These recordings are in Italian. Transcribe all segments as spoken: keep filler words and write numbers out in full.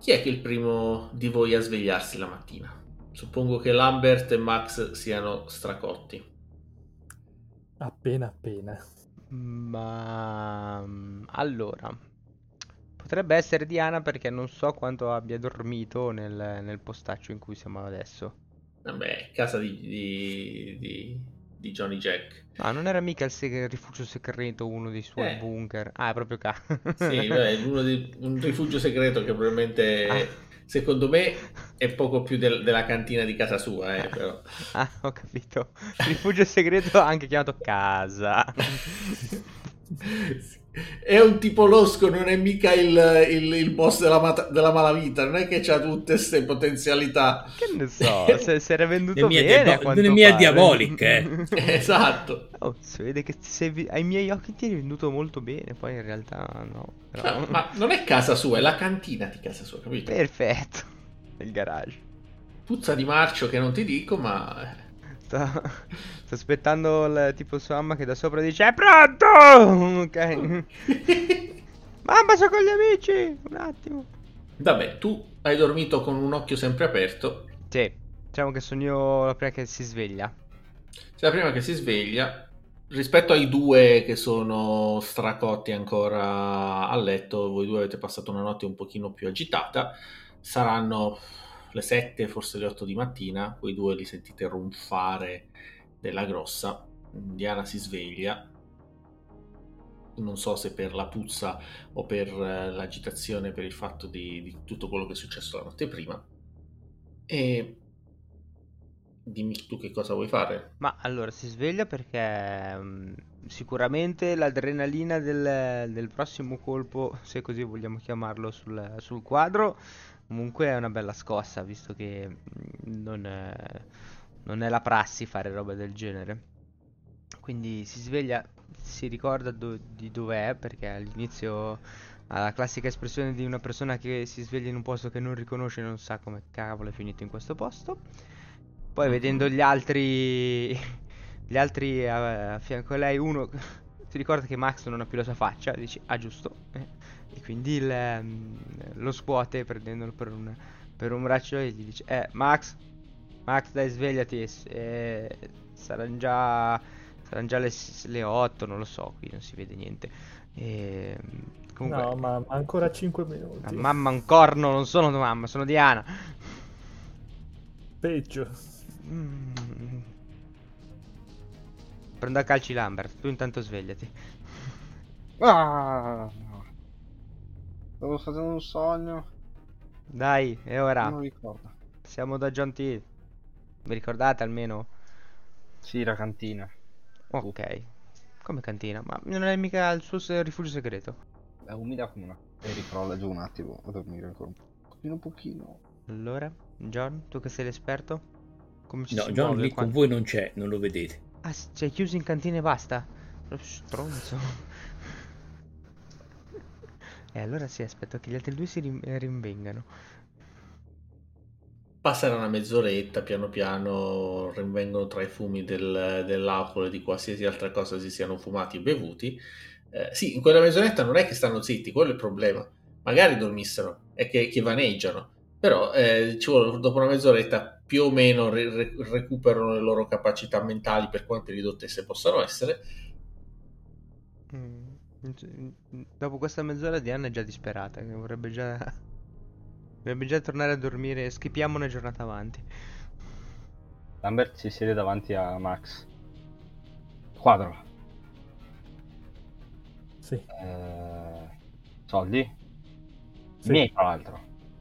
Chi è che è il primo di voi a svegliarsi la mattina? Suppongo che Lambert e Max siano stracotti. Appena appena. Ma mm, allora, potrebbe essere Diana perché non so quanto abbia dormito nel, nel postaccio in cui siamo adesso. Vabbè, casa di, di, di, di Johnny Jack. No, non era mica il seg- rifugio segreto, uno dei suoi Eh, bunker. Ah, è proprio qua. sì, vabbè, uno dei- un rifugio segreto che Ah. probabilmente, secondo me, è poco più del- della cantina di casa sua, eh, però. Ah, ho capito. Rifugio segreto anche chiamato casa. Sì. È un tipo losco, non è mica il, il- il boss della, mata- della malavita, non è che ha tutte queste potenzialità. Che ne so, se, se era venduto Nemia, bene a diabo- quanto Nemia è pare. diabolica, eh. Esatto. Oh, si vede che ti sei vi- ai miei occhi ti è venduto molto bene, poi in realtà no. Però... No, ma non è casa sua, è la cantina di casa sua, capito? Perfetto. Il garage. Puzza di marcio che non ti dico, ma... Sto, sto aspettando il, tipo sua mamma che da sopra dice è pronto! Ok. Mamma, sono con gli amici! Un attimo. Vabbè, tu hai dormito con un occhio sempre aperto. Sì, diciamo che sono io la prima che si sveglia. Sei la prima che si sveglia. Rispetto ai due che sono stracotti ancora a letto, voi due avete passato una notte un pochino più agitata. Saranno le sette, forse le otto di mattina. Voi due li sentite ronfare della grossa. Diana si sveglia. Non so se per la puzza o per eh, l'agitazione, per il fatto di, di tutto quello che è successo la notte prima. E dimmi tu che cosa vuoi fare. Ma allora si sveglia perché mm, sicuramente l'adrenalina del, del prossimo colpo, se così vogliamo chiamarlo, sul, sul quadro, comunque è una bella scossa, visto che mm, non è, non è la prassi fare roba del genere. Quindi si sveglia, si ricorda do- di dov'è, perché all'inizio ha la classica espressione di una persona che si sveglia in un posto che non riconosce e non sa come cavolo è finito in questo posto. Poi vedendo Mhm. gli altri, gli altri a, a fianco a lei, uno si ricorda che Max non ha più la sua faccia, dici, ah giusto, eh. E quindi il, ehm, lo scuote prendendolo per un, per un braccio e gli dice, eh Max, Max dai svegliati, eh, saranno già, saranno già le, s- le otto, non lo so, qui non si vede niente. E, comunque, No, ma ancora cinque a minuti. mamma un corno, non sono tua mamma, sono Diana. Peggio. Mm. Prendo a calci Lambert, tu intanto svegliati. Ah, stavo facendo un sogno, Dai, è ora. non ricordo. Siamo da John T. Vi ricordate almeno? Sì, la cantina. Ok. Come cantina? Ma non è mica il suo se- rifugio segreto. È umida come una... E ricrolla giù un attimo a dormire ancora un pochino, pochino. Allora, John, tu che sei l'esperto? Come ci No, si John muove lì qua? con voi non c'è, non lo vedete. Ah, s- c'è chiuso in cantina e basta? Proprio stronzo. E allora sì, aspetto che gli altri due si rim- rinvengano. Passerà una mezz'oretta, piano piano rinvengono tra i fumi del, dell'alcol e di qualsiasi altra cosa si siano fumati e bevuti. Eh, sì, in quella mezz'oretta non è che stanno zitti, quello è il problema. Magari dormissero, è che, che vaneggiano. Però eh, ci vuole- dopo una mezz'oretta più o meno re- re- recuperano le loro capacità mentali per quanto ridotte esse possano essere. Mm. Dopo questa mezz'ora Diana è già disperata, che vorrebbe già... vorrebbe già tornare a dormire, schippiamo una giornata avanti. Lambert si siede davanti a Max. Quadro. Sì, Eh, soldi? sì. Miei, tra l'altro.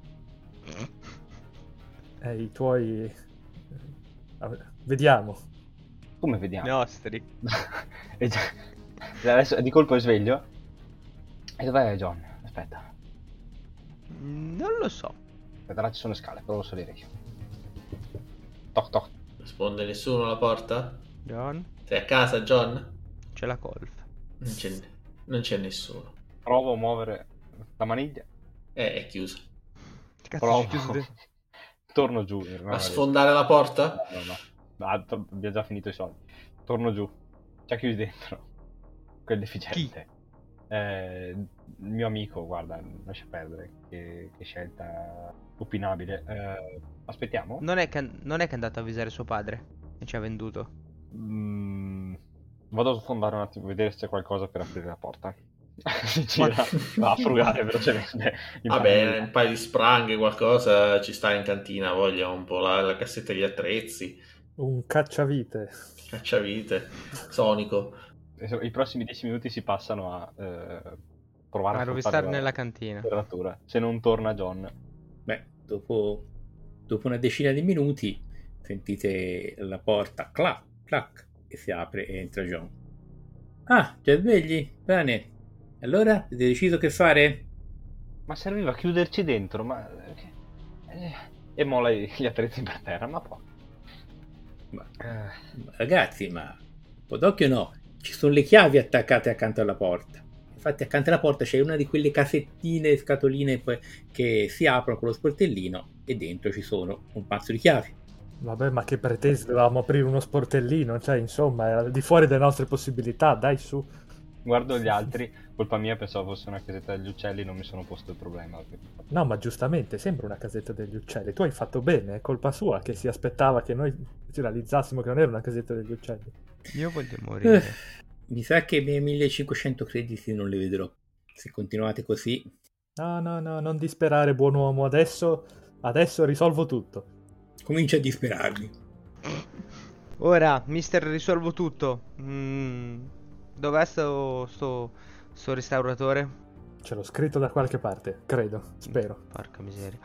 Eh, i tuoi... eh, Vediamo. Come vediamo? Nostri. E già- Adesso di colpo è sveglio. E dov'è John? Aspetta. Mm, Non lo so. Aspetta, là ci sono le scale, provo a salire io. Toc toc. Risponde nessuno alla porta? John, Sei a casa, John? c'è la colf. Non c'è, non c'è nessuno. Provo a muovere la maniglia. Eh, è chiusa. Che cazzo Provo. c'è chiuso dentro? Torno giù. No, A sfondare la porta? No, no, no. Ah, to- abbiamo già finito i soldi. Torno giù. C'ha chiusi dentro. Quel deficiente. Chi? Eh, il mio amico, guarda, lascia perdere, che, che scelta opinabile. Eh, aspettiamo? Non è, che, non è che è andato a avvisare suo padre e ci ha venduto. Mm, vado a sfondare un attimo, vedere se c'è qualcosa per aprire la porta. Si gira, va a frugare velocemente. in Vabbè, panella. un paio di spranghe, qualcosa ci sta in cantina, voglia un po' la, la cassetta degli attrezzi, Un cacciavite. cacciavite, sonico. Adesso, I prossimi dieci minuti si passano a eh, provare a, A sfruttare rovistare la nella cantina. serratura. Se non torna John, Beh, dopo, dopo una decina di minuti sentite la porta clac, clac, e si apre e entra John. Ah, già svegli? Bene. Allora, avete deciso che fare? ma serviva chiuderci dentro, ma eh, e mola gli attrezzi per terra, ma poi Ma, eh, ragazzi, ma un po' d'occhio no. Ci sono le chiavi attaccate accanto alla porta. Infatti accanto alla porta c'è una di quelle casettine, scatoline poi, che si aprono con lo sportellino e dentro ci sono un pazzo di chiavi. Vabbè, ma che pretesi, dovevamo aprire uno sportellino, cioè, insomma, era di fuori delle nostre possibilità, dai su. guardo gli altri, colpa mia, pensavo fosse una casetta degli uccelli, non mi sono posto il problema. No, ma giustamente, sembra una casetta degli uccelli. Tu hai fatto bene, è colpa sua che si aspettava che noi ci realizzassimo che non era una casetta degli uccelli. Io voglio morire. Eh, mi sa che i miei millecinquecento crediti non li vedrò. Se continuate così. No, no, no, non disperare, buon uomo, adesso, adesso risolvo tutto. Comincia a disperarmi. Ora, mister, risolvo tutto. Mm, dov'è sto, sto, sto restauratore? Ce l'ho scritto da qualche parte, credo, spero. Porca miseria.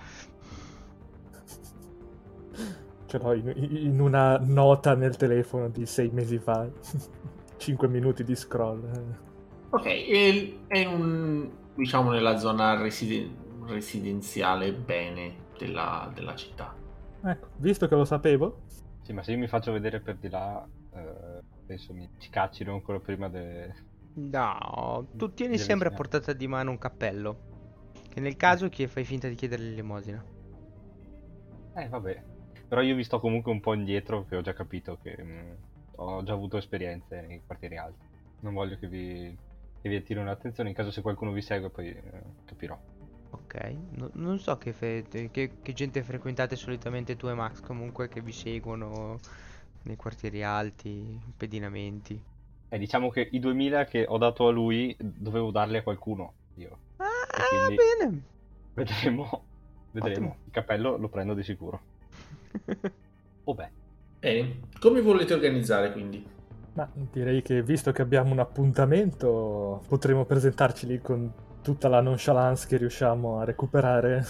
Ce l'ho in, in una nota nel telefono di sei mesi fa. Cinque minuti di scroll. Ok, è, è un, diciamo nella zona residen- residenziale bene della, della città. Ecco, visto che lo sapevo, Sì, ma se io mi faccio vedere per di là, eh, penso mi scaccino ancora prima de... No, tu tieni Deve sempre a essere. portata di mano un cappello. Che nel caso chi fai finta di chiedere l'elemosina. Eh, vabbè. Però io vi sto comunque un po' indietro, che ho già capito che mh, ho già avuto esperienze nei quartieri alti. Non voglio che vi, che vi attirino l'attenzione, in caso se qualcuno vi segue poi eh, capirò. Ok, no- non so che, fe- che, che gente frequentate solitamente tu e Max comunque che vi seguono nei quartieri alti, pedinamenti. E diciamo che i duemila che ho dato a lui dovevo darli a qualcuno io. Ah, quindi- bene. Vedremo, vedremo. Ottimo. Il cappello lo prendo di sicuro. Oh beh. Bene, come volete organizzare quindi? ma direi che visto che abbiamo un appuntamento, potremo presentarci lì con tutta la nonchalance che riusciamo a recuperare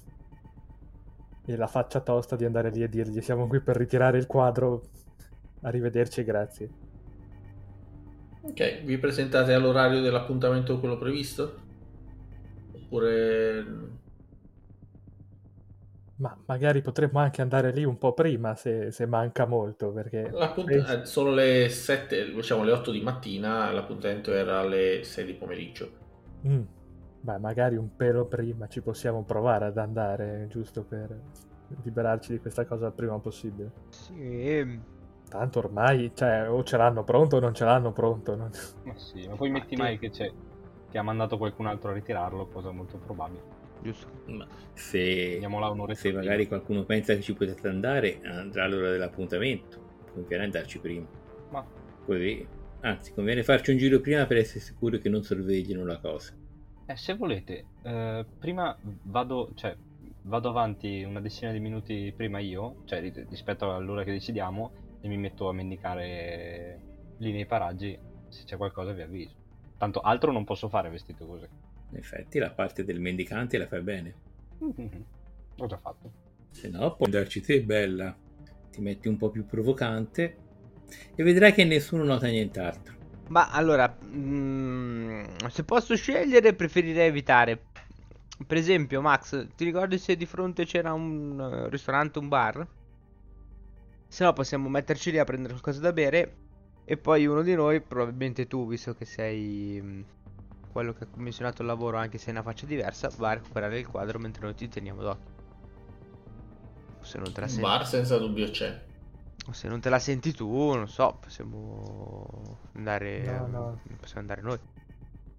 e la faccia tosta di andare lì e dirgli siamo qui per ritirare il quadro, arrivederci e grazie. Ok, vi presentate all'orario dell'appuntamento quello previsto? Oppure... Ma magari potremmo anche andare lì un po' prima se, se manca molto, perché L'appunt- penso- eh, sono le sette, diciamo le otto di mattina, l'appuntamento era alle sei di pomeriggio. Mm, beh, magari un pelo prima ci possiamo provare ad andare, giusto per liberarci di questa cosa il prima possibile. Sì. Tanto ormai, cioè, o ce l'hanno pronto o non ce l'hanno pronto. non- Ma sì, ma poi metti Ma mai che c'è che ha mandato qualcun altro a ritirarlo, cosa molto probabile. Giusto. Ma se, Andiamo là un'ora e se prima. magari qualcuno pensa che ci potete andare, andrà all'ora dell'appuntamento. Conviene andarci prima. Ma Così, anzi, conviene farci un giro prima per essere sicuri che non sorveglino la cosa. eh, se volete, eh, prima vado, cioè, vado avanti una decina di minuti prima io, cioè ri- rispetto all'ora che decidiamo, e mi metto a mendicare lì nei paraggi. Se c'è qualcosa vi avviso. Tanto altro non posso fare vestito così. In effetti la parte del mendicante la fai bene. Mhm. L'ho già fatto. Se no, puoi andarci te, bella. Ti metti un po' più provocante e vedrai che nessuno nota nient'altro. Ma allora, mm, se posso scegliere, preferirei evitare. Per esempio, Max, ti ricordi se di fronte c'era un eh, ristorante, un bar? Se no possiamo metterci lì a prendere qualcosa da bere e poi uno di noi, probabilmente tu, visto che sei mm, quello che ha commissionato il lavoro, anche se hai una faccia diversa, va a recuperare il quadro mentre noi ti teniamo d'occhio. O se non te la Un senti, bar senza dubbio c'è. o se non te la senti tu, non so, possiamo andare, No, no. possiamo andare noi.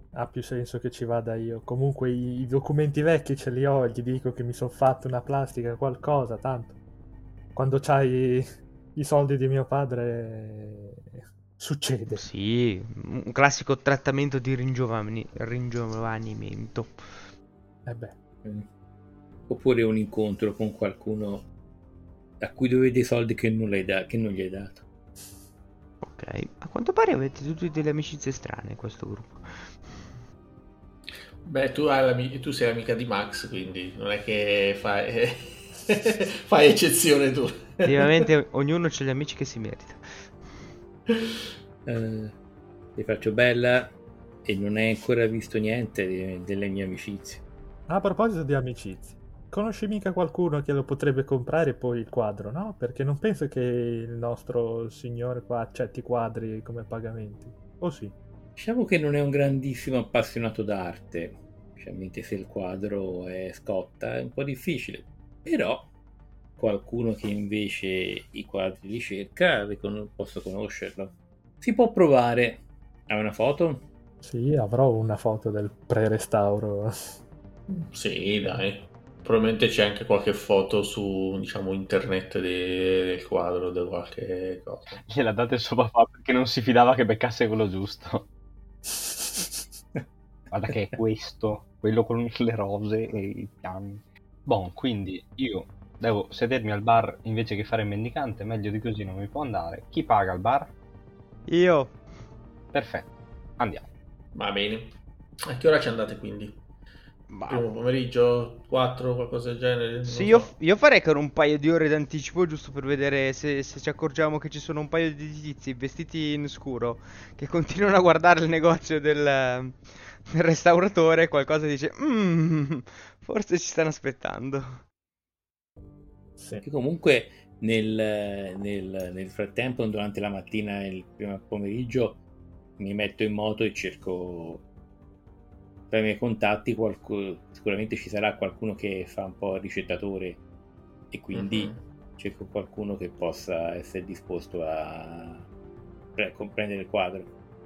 ha più senso che ci vada io. Comunque i, i documenti vecchi ce li ho, gli dico che mi sono fatto una plastica, qualcosa, tanto. Quando c'hai i soldi di mio padre succede. Sì, un classico trattamento di ringiovani- ringiovanimento. Eh beh, Mm. Oppure un incontro con qualcuno a cui dovete i soldi che non, l'hai da- che non gli hai dato. Ok, a quanto pare avete tutti delle amicizie strane in questo gruppo. Beh, tu, hai l'ami- tu sei amica di Max, quindi non è che fai, fai eccezione tu. Effettivamente ognuno ha gli amici che si merita. Eh, ti faccio bella e non hai ancora visto niente di- delle mie amicizie. a proposito di amicizie, conosci mica qualcuno che lo potrebbe comprare poi il quadro, no? Perché non penso che il nostro signore qua accetti quadri come pagamenti. O sì? Diciamo che non è un grandissimo appassionato d'arte, specialmente se il quadro è scotta, è un po' difficile. Però qualcuno che invece i quadri li cerca, li con- posso conoscerlo. Si può provare. Hai una foto? Sì, avrò una foto del pre-restauro. Sì, dai. Probabilmente c'è anche qualche foto su, diciamo, internet de- del quadro, di qualche cosa. Gliela date il suo papà perché non si fidava che beccasse quello giusto. Guarda che è questo, quello con le rose e i piani. Bon, quindi io devo sedermi al bar invece che fare il mendicante, meglio di così non mi può andare. Chi paga il bar? Io. Perfetto, andiamo. Va bene. A che ora ci andate quindi? Ma... Primo pomeriggio, quattro, qualcosa del genere? Non Sì, lo io, so. io farei con un paio di ore d'anticipo giusto per vedere se, se ci accorgiamo che ci sono un paio di tizi vestiti in scuro che continuano a guardare il negozio del, del restauratore e qualcosa dice "Mm, forse ci stanno aspettando". Sì. Che comunque nel, nel- nel frattempo, durante la mattina e il primo pomeriggio, mi metto in moto e cerco tra i miei contatti qualcu- sicuramente ci sarà qualcuno che fa un po' il ricettatore e quindi Mhm. cerco qualcuno che possa essere disposto a pre- comprendere il quadro.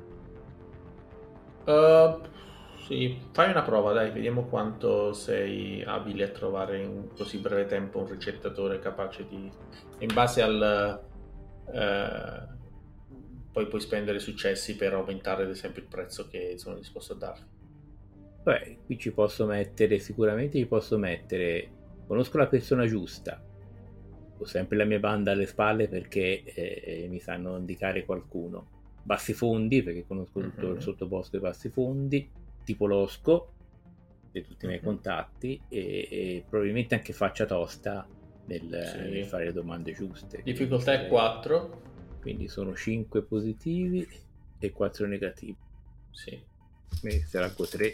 Uh, sì, fai una prova, dai, vediamo quanto sei abile a trovare in così breve tempo un ricettatore capace di... In base al... eh, poi puoi spendere successi per aumentare ad esempio il prezzo che sono disposto a darti. Beh, qui ci posso mettere, sicuramente ci posso mettere, conosco la persona giusta, ho sempre la mia banda alle spalle perché eh, mi sanno indicare qualcuno. Bassifondi, perché conosco tutto il Mhm. sottobosco dei Bassifondi, tipo Losco, di tutti i miei Mhm. contatti, e, e probabilmente anche faccia tosta nel, Sì. nel fare le domande giuste. Difficoltà è Quindi, quattro. quindi sono cinque positivi e quattro negativi. Sì. Quindi sarà con tre.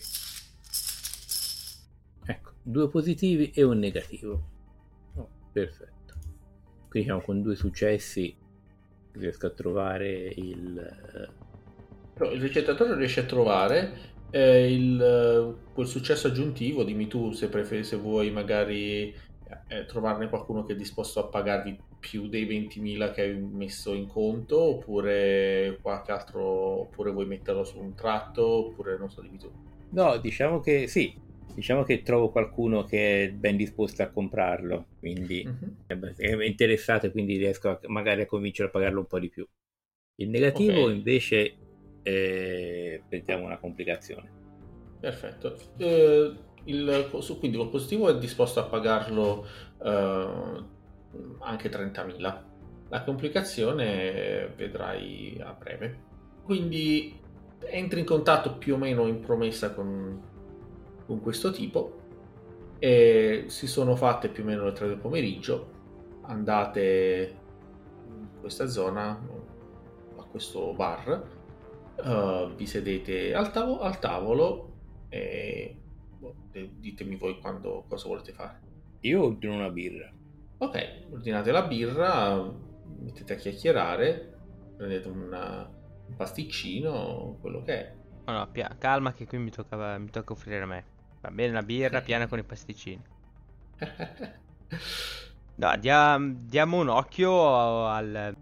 Ecco, due positivi e un negativo. Oh, perfetto. Quindi diciamo con due successi riesco a trovare il... Però il ricettatore riesce a trovare eh, il, quel successo aggiuntivo. Dimmi tu se preferi, se vuoi magari eh, trovarne qualcuno che è disposto a pagarvi più dei ventimila che hai messo in conto, oppure qualche altro, oppure vuoi metterlo su un tratto, oppure non so, dimmi tu. No, diciamo che sì, diciamo che trovo qualcuno che è ben disposto a comprarlo, quindi Mhm. è interessato e quindi riesco a, magari a convincerlo a pagarlo un po' di più. Il negativo Ok. invece eh, vediamo una complicazione. Perfetto. Eh, il, su- quindi col positivo è disposto a pagarlo eh, anche trentamila. La complicazione eh, vedrai a breve. Quindi entri in contatto più o meno in promessa con, con questo tipo e si sono fatte più o meno le tre del pomeriggio. Andate in questa zona, a questo bar. Uh, vi sedete al, tavo- al tavolo e boh, de- ditemi voi quando, cosa volete fare. Io ordino una birra. Ok, ordinate la birra, mettete a chiacchierare, prendete una- un pasticcino, quello che è. No, no, pia- calma che qui mi tocca, mi tocca offrire a me. Va bene la birra piena con i pasticcini. No, dia- diamo un occhio al,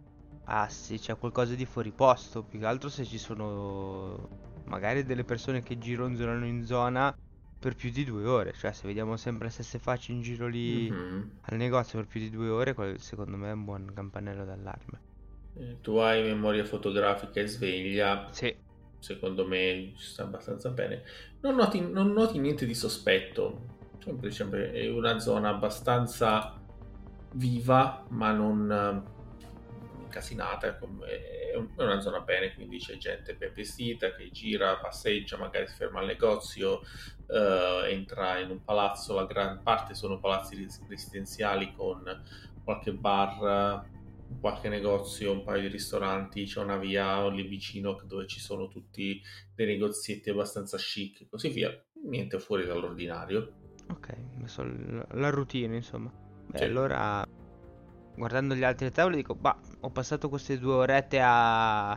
assi, c'è qualcosa di fuori posto, più che altro se ci sono magari delle persone che gironzolano in zona per più di due ore, cioè se vediamo sempre le stesse facce in giro lì Mhm. al negozio per più di due ore, quel secondo me è un buon campanello d'allarme. Eh, tu hai memoria fotografica e sveglia, Sì, secondo me ci sta abbastanza bene. Non noti, non noti niente di sospetto, semplicemente è una zona abbastanza viva, ma non eh, incasinata, come- è un- è una zona bene, quindi c'è gente ben vestita che gira, passeggia, magari si ferma al negozio, eh, entra in un palazzo, la gran parte sono palazzi res- residenziali con qualche bar, eh, qualche negozio, un paio di ristoranti, c'è una via lì vicino dove ci sono tutti dei negozietti abbastanza chic e così via. Niente fuori dall'ordinario. ok, adesso l- la routine insomma. Beh, Sì. allora guardando gli altri tavoli dico, bah, ho passato queste due orette a,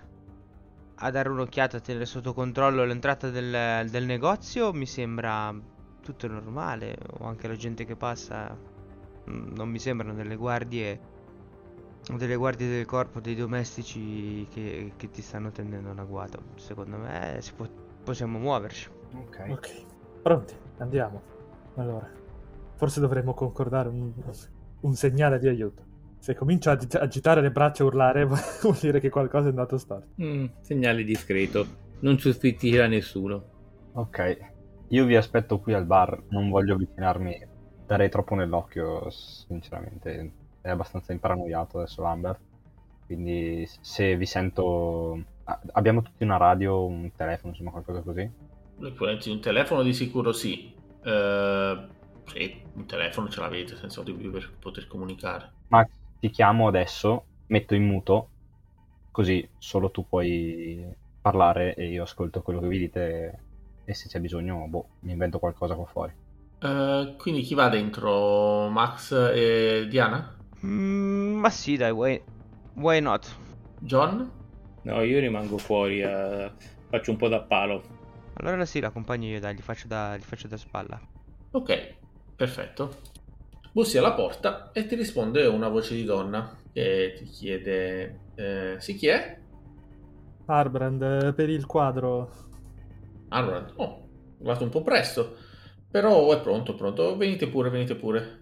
a dare un'occhiata, a tenere sotto controllo l'entrata del, del negozio, mi sembra tutto normale, o anche la gente che passa, mm, non mi sembrano delle guardie, delle guardie del corpo, dei domestici che, che ti stanno tendendo un agguato. Secondo me si può- possiamo muoverci. Ok. Ok, pronti, andiamo. Allora, forse dovremmo concordare un, un segnale di aiuto. Se comincia a agi- agitare le braccia e urlare, vuol dire che qualcosa è andato storto. Mm, segnale discreto. Non sostituirà nessuno. Ok. Io vi aspetto qui al bar, non voglio avvicinarmi, darei troppo nell'occhio, sinceramente. È abbastanza imparanoiato adesso Lambert. Quindi se vi sento... ah, abbiamo tutti una radio, un telefono, insomma qualcosa così. L'equivalente di un telefono di sicuro sì. Eh, sì, un telefono ce l'avete senza dubbio per poter comunicare. Max, ti chiamo adesso, metto in muto, così solo tu puoi parlare e io ascolto quello che vi dite e se c'è bisogno, boh, mi invento qualcosa qua fuori. Eh, quindi chi va dentro? Max e Diana? Mm, ma sì, dai, why, why not? John? No, io rimango fuori, eh, faccio un po' da palo. Allora sì, l'accompagno io, dai, gli faccio da, gli faccio da spalla. Ok, perfetto. Bussi alla porta e ti risponde una voce di donna che ti chiede: eh, sì, chi è? Arbrand, eh, per il quadro. Allora, oh, ho arrivato un po' presto, però è pronto, pronto. Venite pure, venite pure.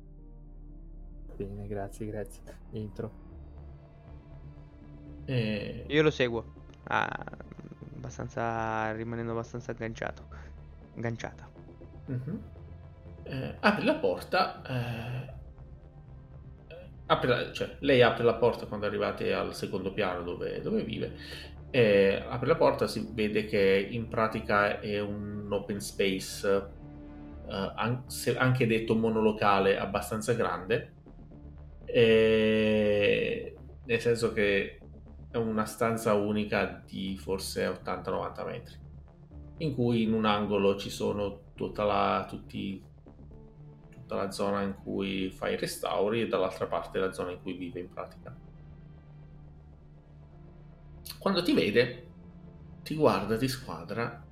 Bene, grazie, grazie. Entro. Eh, Io lo seguo, ah, abbastanza, rimanendo abbastanza agganciato, agganciata. mhm. Eh, apri la porta. eh, apre la- cioè, lei apre la porta quando arrivate al secondo piano dove, dove vive. Eh, apre la porta, si vede che in pratica è un open space, eh, an- se- anche detto monolocale, abbastanza grande. Eh, nel senso che è una stanza unica di forse ottanta novanta metri, in cui in un angolo ci sono tutta la, tutti, tutta la zona in cui fai i restauri e dall'altra parte la zona in cui vive in pratica. Quando ti vede, ti guarda, ti squadra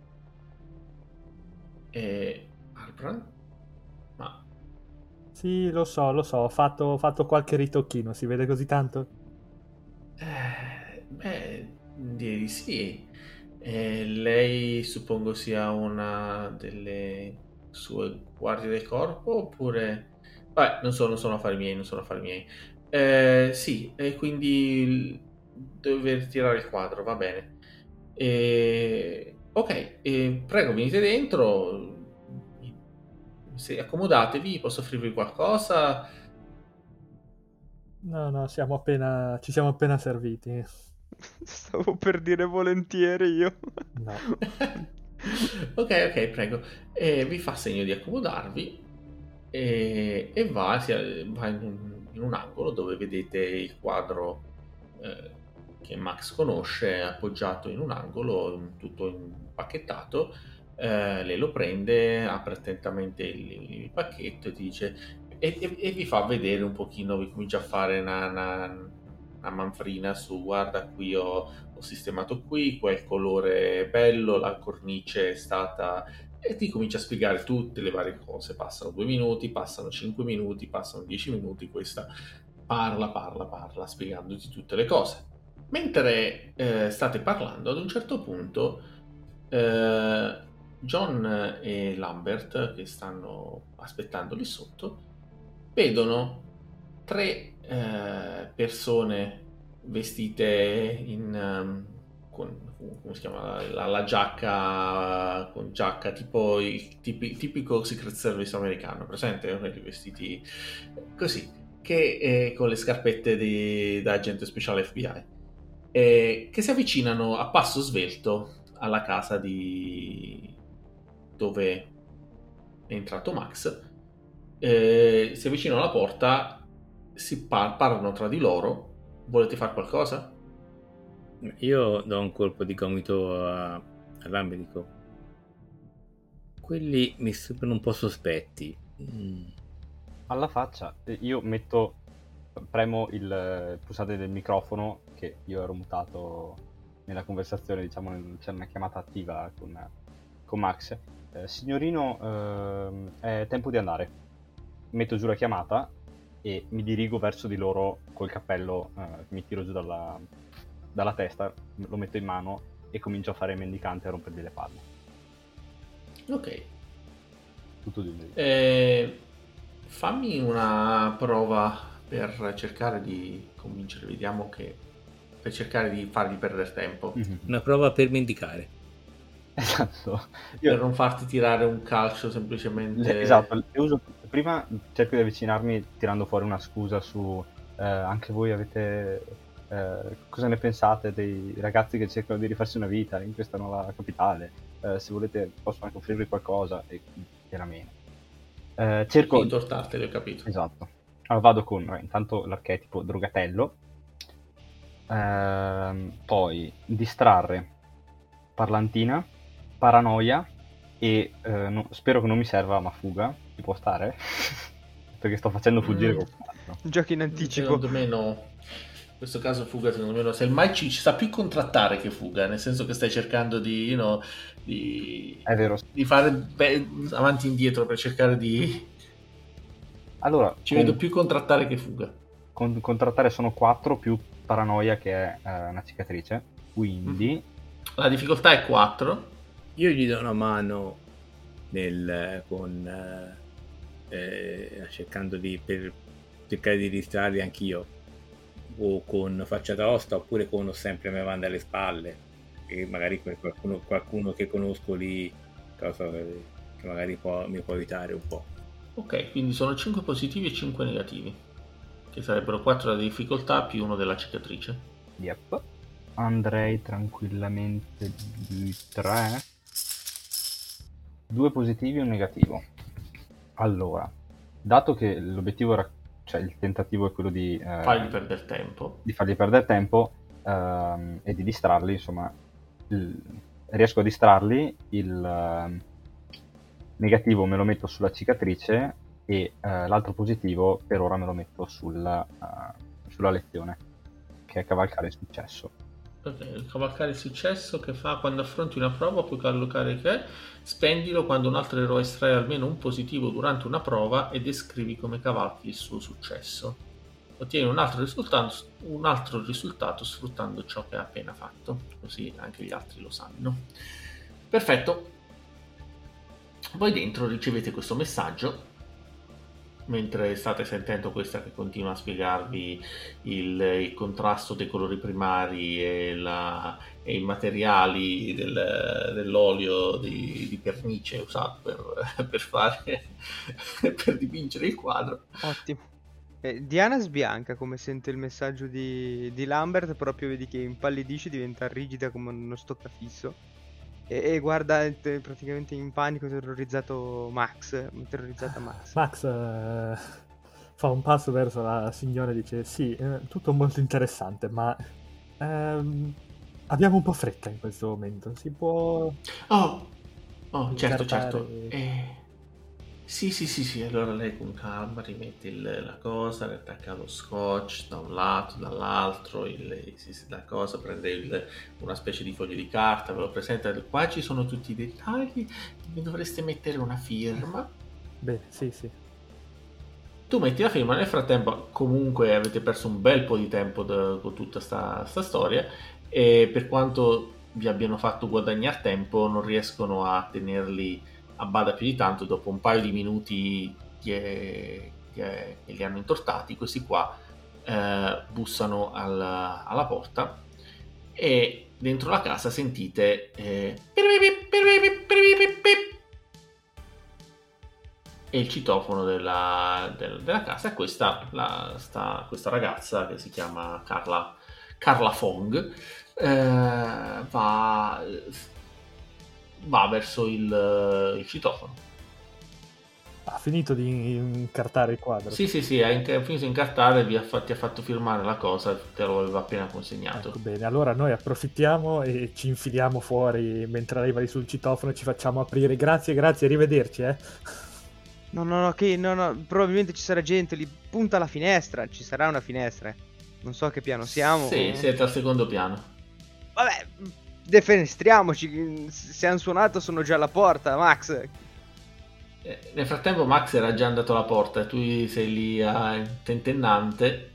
e... Albrand? Ma... Sì, lo so, lo so, ho fatto, ho fatto qualche ritocchino, si vede così tanto? eh, beh, direi di sì. Eh, lei suppongo sia una delle sue guardie del corpo oppure... Vabbè, non sono, non sono affari miei, non sono affari miei. Eh, sì, e quindi dover tirare il quadro, va bene. E... Ok, e prego, venite dentro. Se accomodatevi, posso offrirvi qualcosa? No, no, siamo appena, ci siamo appena serviti. Stavo per dire volentieri io. No. Ok, ok, prego. E vi fa segno di accomodarvi e, e va, si- va in, un, in un angolo dove vedete il quadro eh, che Max conosce, appoggiato in un angolo, tutto impacchettato. Eh, lei lo prende, apre attentamente il, il pacchetto e ti dice e, e- e vi fa vedere un pochino, vi comincia a fare una, una- una manfrina su guarda qui ho, ho sistemato qui, quel colore è bello, la cornice è stata e ti comincia a spiegare tutte le varie cose. Passano due minuti, passano cinque minuti, passano dieci minuti, questa parla, parla, parla, spiegandoti tutte le cose. Mentre eh, state parlando, ad un certo punto eh, John e Lambert, che stanno aspettando lì sotto, vedono tre eh, persone vestite in um, con, come si chiama, la, la giacca con giacca tipo il tipi, tipico Secret Service americano, presente? Quelli vestiti così, che eh, con le scarpette di, da agente speciale F B I, eh, che si avvicinano a passo svelto alla casa di dove è entrato Max. Eh, si avvicinano alla porta, si par- parlano tra di loro. Volete fare qualcosa? Io do un colpo di gomito a, a Lambert e dico: quelli mi sembrano un po' sospetti. Mm. Alla faccia, io metto, premo il pulsante del microfono, che io ero mutato nella conversazione, diciamo, c'è una chiamata attiva con, con Max. Eh, signorino, ehm, è tempo di andare. Metto giù la chiamata e mi dirigo verso di loro col cappello, eh, mi tiro giù dalla, dalla testa, lo metto in mano e comincio a fare mendicante e a rompergli le palle. Ok. Tutto di un Eh, fammi una prova per cercare di convincere, vediamo che per cercare di fargli perdere tempo. Mm-hmm. Una prova per mendicare. Esatto. Io... per non farti tirare un calcio semplicemente. Esatto, le uso. Prima cerco di avvicinarmi tirando fuori una scusa su eh, anche voi avete eh, cosa ne pensate dei ragazzi che cercano di rifarsi una vita in questa nuova capitale, eh, se volete posso anche offrirvi qualcosa e era meno. Eh, cerco di tortarteli, ho capito. Esatto. Allora vado con eh, intanto l'archetipo drogatello, eh, poi distrarre, parlantina, paranoia e eh, no, spero che non mi serva ma fuga, ci può stare? Perché sto facendo fuggire mm. qualcuno. Giochi in anticipo. Secondo me no. In questo caso fuga secondo me no. Se il mai ci, ci sta più contrattare che fuga, nel senso che stai cercando di, you know, di, È vero. di fare be- avanti e indietro per cercare di... Allora, ci con, vedo più contrattare che fuga. Con, contrattare sono quattro più paranoia che è eh, una cicatrice, quindi... La difficoltà è quattro. Io gli do una mano nel, con eh, cercando di per cercare di distrarli anch'io, o con faccia tosta oppure con ho sempre me manda alle spalle, e magari qualcuno, qualcuno che conosco lì, cosa che magari può, mi può aiutare un po'. Ok, quindi sono cinque positivi e cinque negativi, che sarebbero quattro della difficoltà più uno della cicatrice. Yep. Andrei tranquillamente di tre. Due positivi e un negativo. Allora, dato che l'obiettivo era, cioè il tentativo è quello di eh, fargli perdere tempo, di fargli perdere tempo ehm, e di distrarli, insomma, il, riesco a distrarli. Il eh, negativo me lo metto sulla cicatrice e eh, l'altro positivo per ora me lo metto sul, uh, sulla lezione, che è cavalcare il successo. Ok, cavalcare il successo che fa quando affronti una prova, puoi collocare che spendilo quando un altro eroe estrae almeno un positivo durante una prova e descrivi come cavalchi il suo successo. Ottieni un altro risultato, un altro risultato sfruttando ciò che ha appena fatto, così anche gli altri lo sanno. Perfetto. Voi dentro ricevete questo messaggio mentre state sentendo questa che continua a spiegarvi il, il contrasto dei colori primari e, la, e i materiali del, dell'olio di, di pernice usato per, per fare per dipingere il quadro. Ottimo. Eh, Diana sbianca come sente il messaggio di, di Lambert, proprio vedi che impallidisce, diventa rigida come uno stoccafisso e, e guarda te, praticamente in panico, terrorizzato Max, terrorizzata Max. Max eh, fa un passo verso la signora e dice: sì, eh, tutto molto interessante, ma ehm, abbiamo un po' fretta in questo momento, si può... Oh, oh certo, incartare... certo. Eh... Sì, sì, sì, sì, allora lei con calma rimette il, la cosa, riattacca lo scotch da un lato, dall'altro, il, la cosa, prende il, una specie di foglio di carta, ve lo presenta, qua ci sono tutti i dettagli, mi dovreste mettere una firma. Bene, sì, sì. tu metti la firma, nel frattempo comunque avete perso un bel po' di tempo da, con tutta sta, sta storia, e per quanto vi abbiano fatto guadagnare tempo non riescono a tenerli a bada più di tanto. Dopo un paio di minuti che, che, che li hanno intortati, questi qua eh, bussano alla, alla porta, e dentro la casa sentite eh, e il citofono della, del, della casa. E questa, la, sta, questa ragazza che si chiama Carla, Carla Fong eh, va, va verso il, il citofono. Ha finito di incartare il quadro? Sì, sì, sì, ha inc- finito di incartare, vi ha fa- ti ha fatto firmare la cosa, te lo aveva appena consegnato. Ecco, bene, allora noi approfittiamo e ci infiliamo fuori mentre arriva lì sul citofono e ci facciamo aprire. Grazie, grazie, arrivederci, eh. No, no, no, che no, no, probabilmente ci sarà gente lì. Punta alla finestra, ci sarà una finestra. Non so a che piano siamo. Sì, siete al secondo piano. Vabbè, defenestriamoci. Se hanno suonato sono già alla porta, Max. Eh, nel frattempo Max era già andato alla porta e tu sei lì a tentennante.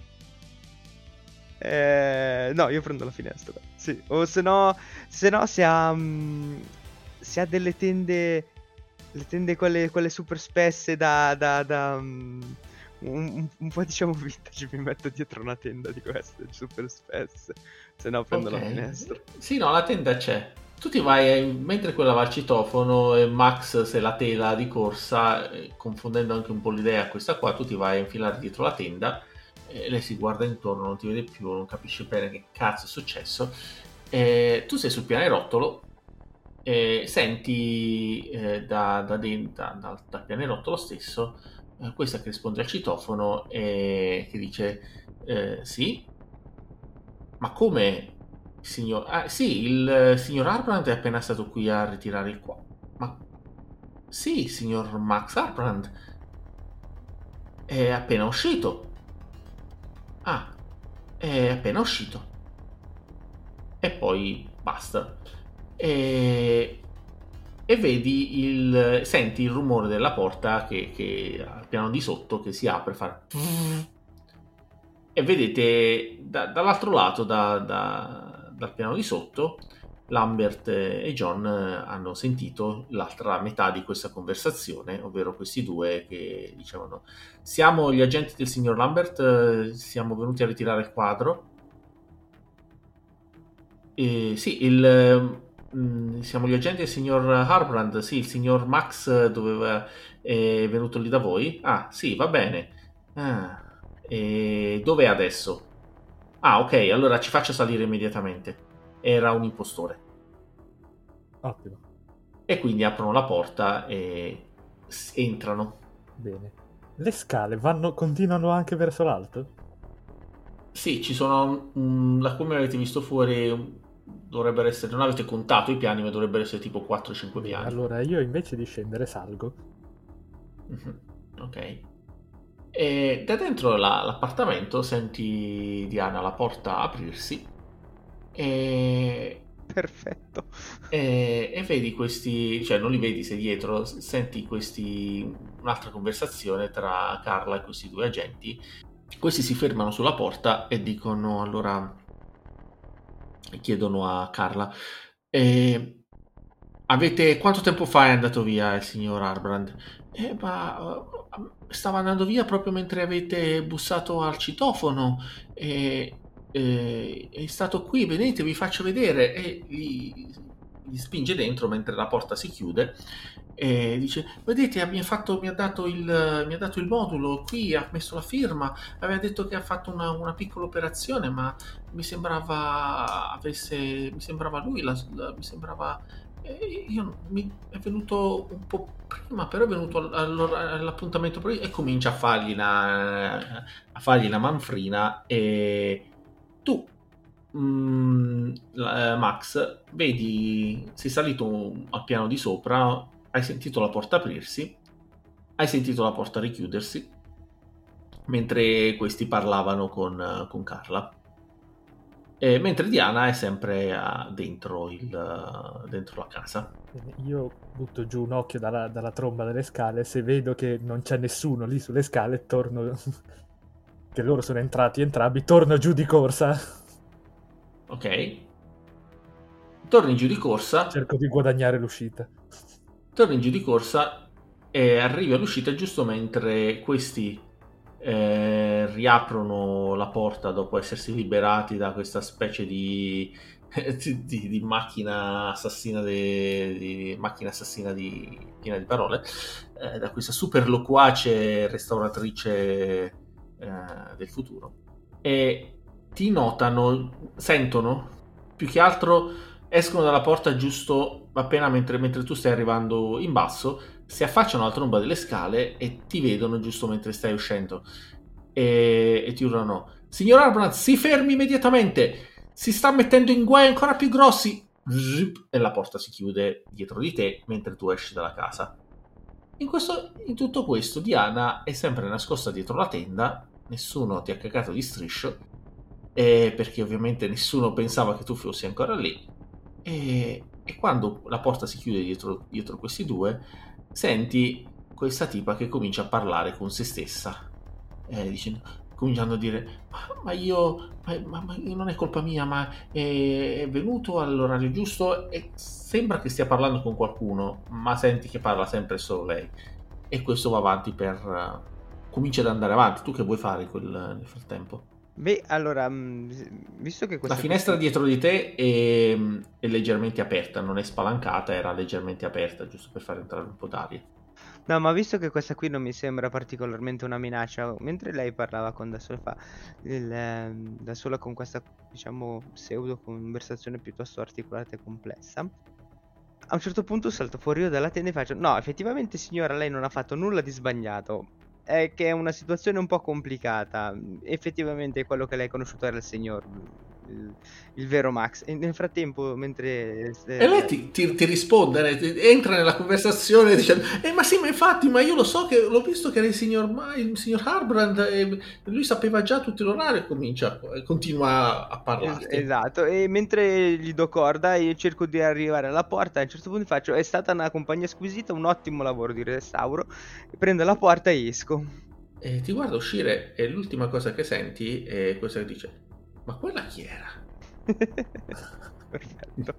Eh, no, io prendo la finestra. Sì, o se no, se no si ha mm, si ha delle tende, le tende quelle, quelle super spesse da da, da mm, un, un po' diciamo vintage, mi metto dietro una tenda di queste super spesse. Se no prendo Ok. la finestra. Sì, no, la tenda c'è. Tu ti vai, mentre quella va al citofono e Max se la tela di corsa, eh, confondendo anche un po' l'idea a questa qua, tu ti vai a infilare dietro la tenda, e lei si guarda intorno, non ti vede più, non capisce bene che cazzo è successo. E tu sei sul pianerottolo e senti eh, da, da, de- da- dal, dal pianerottolo stesso eh, questa che risponde al citofono e che dice eh, sì, ma come? Signor... Ah, sì, il eh, signor Arbrand è appena stato qui a ritirare il qua. Ma sì, signor Max Arbrand è appena uscito. Ah, è appena uscito. E poi basta. E, e vedi il... senti il rumore della porta che, che al piano di sotto che si apre, fa... E vedete da- dall'altro lato, da- da- dal piano di sotto, Lambert e John hanno sentito l'altra metà di questa conversazione, ovvero questi due che dicevano: siamo gli agenti del signor Lambert, eh, siamo venuti a ritirare il quadro. E, sì, il, mm, siamo gli agenti del signor Harbrand. Sì, il signor Max doveva, è venuto lì da voi. Ah, sì, va bene. Ah, e dov'è adesso? Ah, ok, allora ci faccia salire immediatamente. Era un impostore. Ottimo, E quindi aprono la porta e s- entrano. bene. Le scale vanno, continuano anche verso l'alto? Sì, ci sono, mm, da come avete visto fuori, mm, dovrebbero essere, non avete contato i piani, ma dovrebbero essere tipo quattro cinque Bene, piani. allora io invece di scendere salgo. Mhm, ok. E da dentro la- l'appartamento senti, Diana, la porta aprirsi e, Perfetto. e- e vedi questi, cioè non li vedi, sei dietro, s- senti questi, un'altra conversazione tra Carla e questi due agenti. Questi si fermano sulla porta e dicono, allora, chiedono a Carla: "Eh, avete, quanto tempo fa è andato via il signor Arbrand?" Eh, ma uh, stava andando via proprio mentre avete bussato al citofono. E, e- è stato qui, venite, vi faccio vedere. E gli, gli spinge dentro mentre la porta si chiude e dice: vedete, mi ha, fatto, mi ha dato il, mi ha dato il modulo qui, ha messo la firma, aveva detto che ha fatto una, una piccola operazione, ma mi sembrava avesse, mi sembrava lui, la, la- mi sembrava, eh, io, mi è venuto un po' prima, però è venuto all- all'ora- all'appuntamento prima, e comincia a fargli una, a fargli una manfrina. E tu, mm, la- eh, Max, vedi, sei salito al piano di sopra, hai sentito la porta aprirsi, hai sentito la porta richiudersi mentre questi parlavano con, con Carla. E mentre Diana è sempre uh, dentro, il, uh, dentro la casa. Io butto giù un occhio dalla, dalla tromba delle scale, se vedo che non c'è nessuno lì sulle scale, torno, che loro sono entrati entrambi, torno giù di corsa. Ok. Torni giù di corsa. Cerco di guadagnare l'uscita. Torni giù di corsa e arrivi all'uscita giusto mentre questi eh, riaprono la porta dopo essersi liberati da questa specie di, di, di macchina assassina di, di macchina assassina di piena di parole, eh, da questa super loquace restauratrice eh, del futuro, e ti notano, sentono, più che altro escono dalla porta giusto appena mentre, mentre tu stai arrivando in basso, si affacciano alla tromba delle scale e ti vedono giusto mentre stai uscendo e, e ti urlano: signor Arbrandt, si fermi immediatamente, si sta mettendo in guai ancora più grossi. Zip, e la porta si chiude dietro di te mentre tu esci dalla casa. In, questo, in tutto questo Diana è sempre nascosta dietro la tenda, nessuno ti ha cagato di striscio, eh, perché ovviamente nessuno pensava che tu fossi ancora lì. E, e quando la porta si chiude dietro, dietro questi due, senti questa tipa che comincia a parlare con se stessa, eh, dicendo, cominciando a dire: ma, ma io ma, ma, ma non è colpa mia, ma è, è venuto all'orario giusto. E sembra che stia parlando con qualcuno, ma senti che parla sempre solo lei, e questo va avanti per uh, comincia ad andare avanti. Tu che vuoi fare quel, nel frattempo? Beh, allora, mh, visto che questa La finestra questione- dietro di te è, è leggermente aperta, non è spalancata, era leggermente aperta, giusto per far entrare un po' d'aria. No, ma visto che questa qui non mi sembra particolarmente una minaccia, mentre lei parlava con da sola, fa, il, ehm, da sola con questa, diciamo, pseudo conversazione piuttosto articolata e complessa, a un certo punto salto fuori io dalla tenda e faccio: no, effettivamente signora, lei non ha fatto nulla di sbagliato. È che è una situazione un po' complicata. Effettivamente quello che lei ha conosciuto era il signor, il, il vero Max. E nel frattempo, mentre... E lei ti, ti, ti risponde, lei ti- entra nella conversazione dicendo: eh ma sì, ma infatti, ma io lo so, che l'ho visto che era il signor, Ma- il signor Harbrand, e lui sapeva già tutto l'orario, e comincia, e continua a Es- parlarti. esatto, e mentre gli do corda io cerco di arrivare alla porta, a un certo punto faccio: è stata una compagnia squisita, un ottimo lavoro di restauro, e prendo la porta e esco. E ti guarda uscire e l'ultima cosa che senti è questa che dice: ma quella chi era? Perfetto.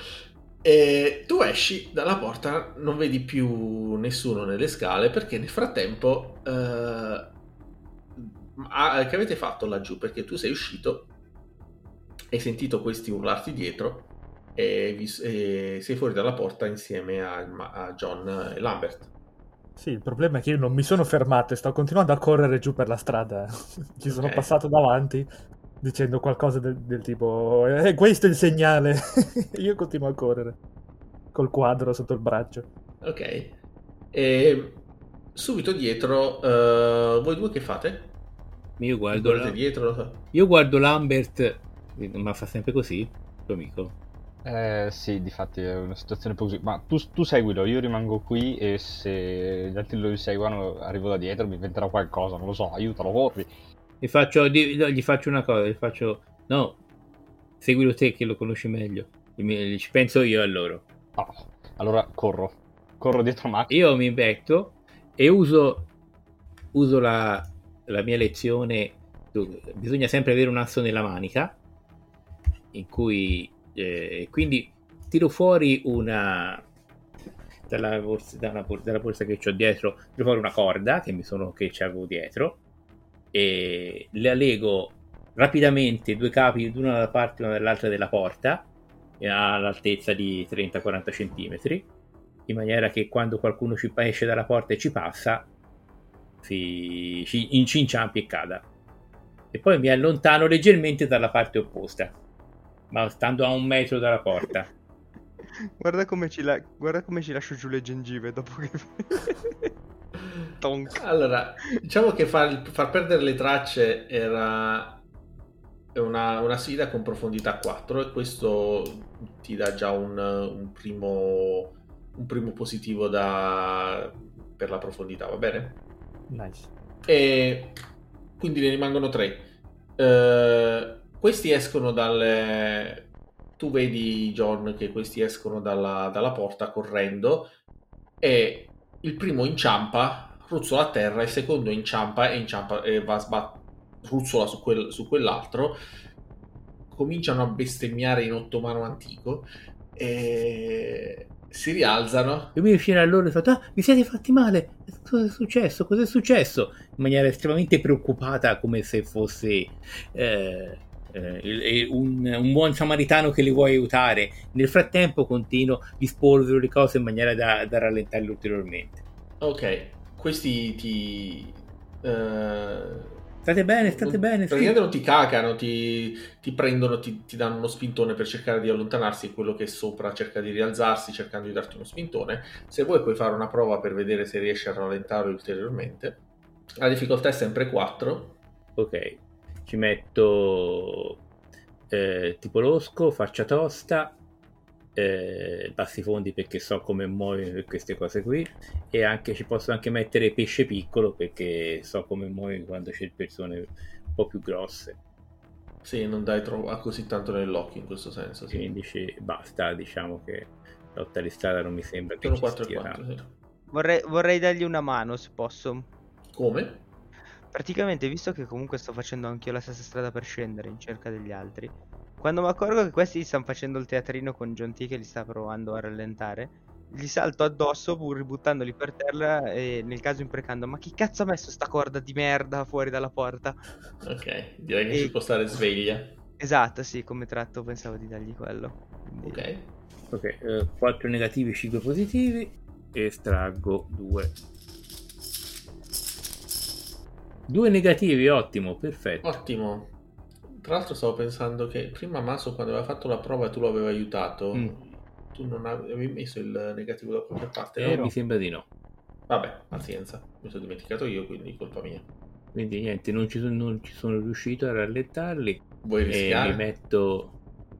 E tu esci dalla porta, non vedi più nessuno nelle scale, perché nel frattempo eh, ah, che avete fatto laggiù? Perché tu sei uscito, hai sentito questi urlarti dietro e, vi- e sei fuori dalla porta insieme a, a John e Lambert. Sì, il problema è che io non mi sono fermato e sto continuando a correre giù per la strada. Ci sono Ok. passato davanti dicendo qualcosa del, del tipo: eh, questo è il segnale. Io continuo a correre col quadro sotto il braccio. Ok. E subito dietro, eh, voi due che fate? Io Vi guardo, correte la... dietro? Io guardo Lambert, ma fa sempre così, tuo amico. Eh sì, difatti è una situazione un po' così. Ma tu, tu seguilo, io rimango qui e se gli altri lo seguono arrivo da dietro, mi inventerò qualcosa, non lo so, aiutalo, corri. Gli faccio, di- no, gli faccio una cosa, gli faccio, no, seguilo te che lo conosci meglio. E mi- ci penso io a loro. Ah, allora corro, corro dietro Max. Io mi metto e uso, uso la, la mia lezione. Bisogna sempre avere un asso nella manica, in cui eh, quindi tiro fuori una dalla borsa, dalla, dalla borsa che ho dietro, tiro fuori una corda che mi sono che c'avevo dietro e la lego rapidamente due capi l'una dalla parte e una dall'altra della porta all'altezza di trenta quaranta centimetri, in maniera che quando qualcuno ci esce dalla porta e ci passa si ci inciampi e cada, e poi mi allontano leggermente dalla parte opposta, ma stando a un metro dalla porta. Guarda come ci, la- guarda come ci lascio giù le gengive dopo che... Tonk. Allora, diciamo che far, far perdere le tracce era una, una sfida con profondità quattro, e questo ti dà già un, un primo un primo positivo da, per la profondità, va bene? Nice. E quindi ne rimangono tre. Eh, questi escono dalle... Tu vedi, John, che questi escono dalla, dalla porta correndo e il primo inciampa, ruzzola a terra, il secondo inciampa e inciampa e va a sbattere, ruzzola su, quel, su quell'altro. Cominciano a bestemmiare in ottomano antico e si rialzano. Io mi vicino a loro e faccio: ah, vi siete fatti male? Cosa è successo? Cosa è successo? In maniera estremamente preoccupata, come se fosse eh, eh, un, un buon samaritano che li vuole aiutare. Nel frattempo continuo, vi spolvero le cose in maniera da, da rallentarli ulteriormente. Ok, questi ti... Uh... State bene, state non, bene. Praticamente non ti cagano, ti, ti prendono, ti, ti danno uno spintone per cercare di allontanarsi e quello che è sopra cerca di rialzarsi cercando di darti uno spintone. Se vuoi puoi fare una prova per vedere se riesci a rallentare ulteriormente. La difficoltà è sempre quattro. Ok, ci metto eh, tipo losco, faccia tosta, eh, bassi fondi perché so come muovi queste cose qui, e anche ci posso anche mettere pesce piccolo perché so come muovi quando c'è persone un po' più grosse. Sì, non dai tro- così tanto nell'occhio in questo senso. Sì. Quindi dici, basta, diciamo che lotta di strada non mi sembra che sono ci quattro e stia quattro, sì. Vorrei, vorrei dargli una mano se posso. Come? Praticamente, visto che comunque sto facendo anch'io la stessa strada per scendere in cerca degli altri, quando mi accorgo che questi stanno facendo il teatrino con John T che li sta provando a rallentare, gli salto addosso pur ributtandoli per terra e nel caso imprecando: ma chi cazzo ha messo sta corda di merda fuori dalla porta? Ok, direi che E- ci può stare sveglia. Esatto, sì, come tratto pensavo di dargli quello. Quindi- Ok. Ok, eh, quattro negativi, cinque positivi, estraggo due. Due negativi, ottimo, perfetto. Ottimo. Tra l'altro stavo pensando che prima Maso quando aveva fatto la prova e tu lo avevi aiutato, Mm. tu non avevi messo il negativo da qualche parte, Eh, no? mi sembra di no. Vabbè, pazienza, mi sono dimenticato io, quindi colpa mia. Quindi niente, non ci, sono, non ci sono riuscito a rallentarli. Vuoi E rischiare? mi metto...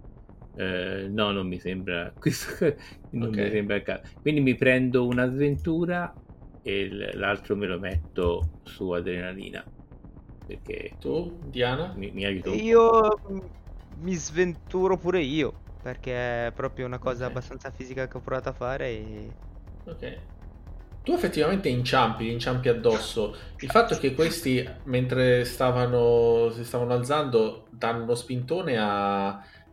eh, no, non mi sembra... Questo non Ok. mi sembra il caso. Quindi mi prendo una sventura e l- l'altro me lo metto su adrenalina. Perché Tu, Diana? mi, mi aiuta un po'. Io mm, mi sventuro pure io, perché è proprio una cosa Ok. abbastanza fisica che ho provato a fare e... Ok. Tu effettivamente inciampi, inciampi addosso. Il fatto è che questi, mentre stavano, si stavano alzando, danno uno spintone a,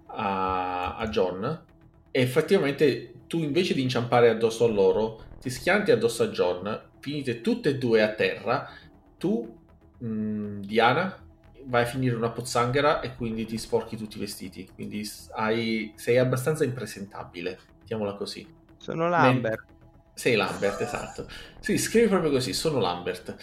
a, a John. E effettivamente tu invece di inciampare addosso a loro, ti schianti addosso a John, finite tutte e due a terra. Tu, mh, Diana, vai a finire una pozzanghera e quindi ti sporchi tutti i vestiti. Quindi hai, sei abbastanza impresentabile, mettiamola così. Sono Lambert. Sei Lambert, esatto. Sì, scrivi proprio così, sono Lambert.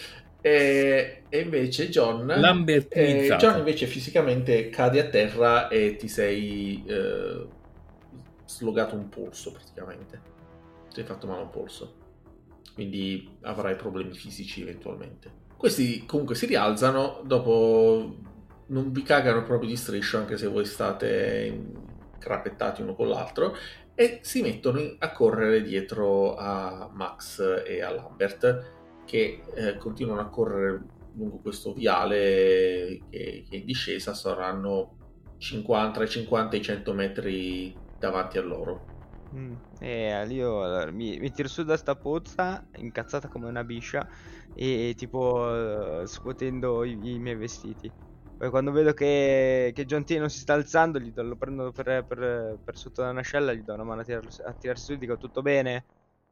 E, e invece John... Lambertinizzato. eh, John invece fisicamente cade a terra e ti sei eh, slogato un polso praticamente. Ti hai fatto male a un polso. Quindi avrai problemi fisici eventualmente. Questi comunque si rialzano, dopo non vi cagano proprio di striscio anche se voi state crappettati uno con l'altro, e si mettono a correre dietro a Max e a Lambert che eh, continuano a correre lungo questo viale che, che in discesa saranno cinquanta, tra i cinquanta e i cento metri davanti a loro. Mm. E io allora, mi, mi tiro su da sta pozza, incazzata come una biscia, e tipo eh, scuotendo i, i miei vestiti. Poi quando vedo che, che John T non si sta alzando, gli do- lo prendo per, per- per sotto la nascella, gli do una mano a, tirarlo, a tirarsi su e dico: tutto bene?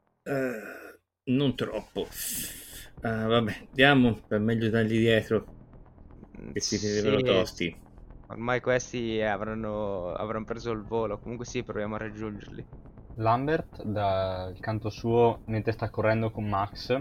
Eh, non troppo. Ah, vabbè, andiamo, per meglio dargli dietro. Mm, Che si sì, vedevano tosti. ormai questi avranno, avranno preso il volo. Comunque sì, proviamo a raggiungerli. Lambert, dal canto suo, mentre sta correndo con Max,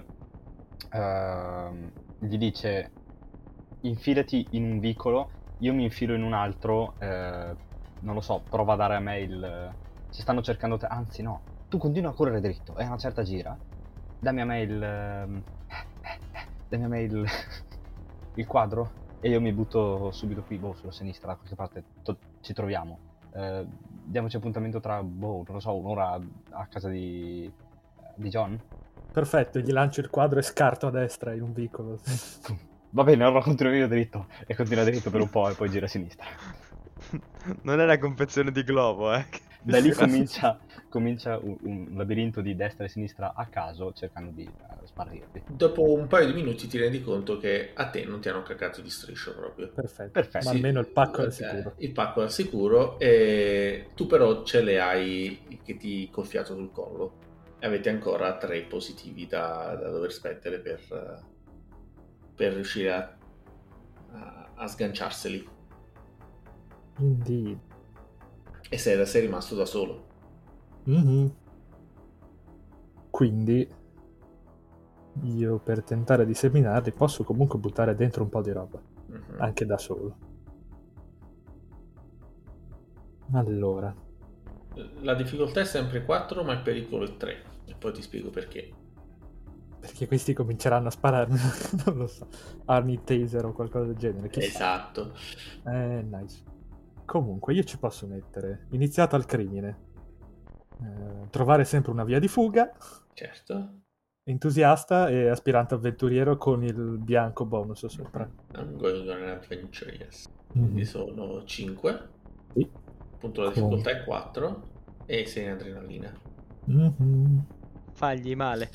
ehm, gli dice: infilati in un vicolo, io mi infilo in un altro, eh, non lo so, prova a dare a me il... ci stanno cercando te, anzi no, tu continua a correre dritto, è una certa gira, dammi a me il... ehm, dammi a me il... il quadro e io mi butto subito qui, boh, sulla sinistra, da qualche parte to- ci troviamo. Eh, diamoci appuntamento tra, boh, non lo so, un'ora a casa di... di John? Perfetto, gli lancio il quadro e scarto a destra in un vicolo. Va bene, allora continuo io dritto e continua dritto per un po' e poi gira a sinistra. Non è la confezione di Globo, eh. Da lì comincia, comincia un, un labirinto di destra e sinistra a caso cercando di uh, sparrirli. Dopo un paio di minuti ti rendi conto che a te non ti hanno cagato di striscio proprio. Perfetto. Perfetto. Ma Sì, almeno il pacco è al eh, sicuro. Il pacco è al sicuro e tu però ce le hai che ti coffiato sul collo e avete ancora tre positivi da, da dover spendere per, per riuscire a, a, a sganciarseli. Quindi... E sei, sei rimasto da solo. Mm-hmm. Quindi io per tentare di seminarli posso comunque buttare dentro un po' di roba, Mm-hmm. anche da solo. Allora, La difficoltà è sempre quattro, ma il pericolo è tre. E poi ti spiego perché. perché questi cominceranno a spararmi, non lo so, armi taser o qualcosa del genere. Chissà. Esatto. Eh, nice. Comunque io ci posso mettere iniziato al crimine, eh, trovare sempre una via di fuga, Certo. entusiasta e aspirante avventuriero con il bianco bonus sopra. I'm going on an adventure, yes. Quindi Mm-hmm. sono cinque. Sì. Appunto la difficoltà è quattro e sei in adrenalina. Mm-hmm. Fagli male.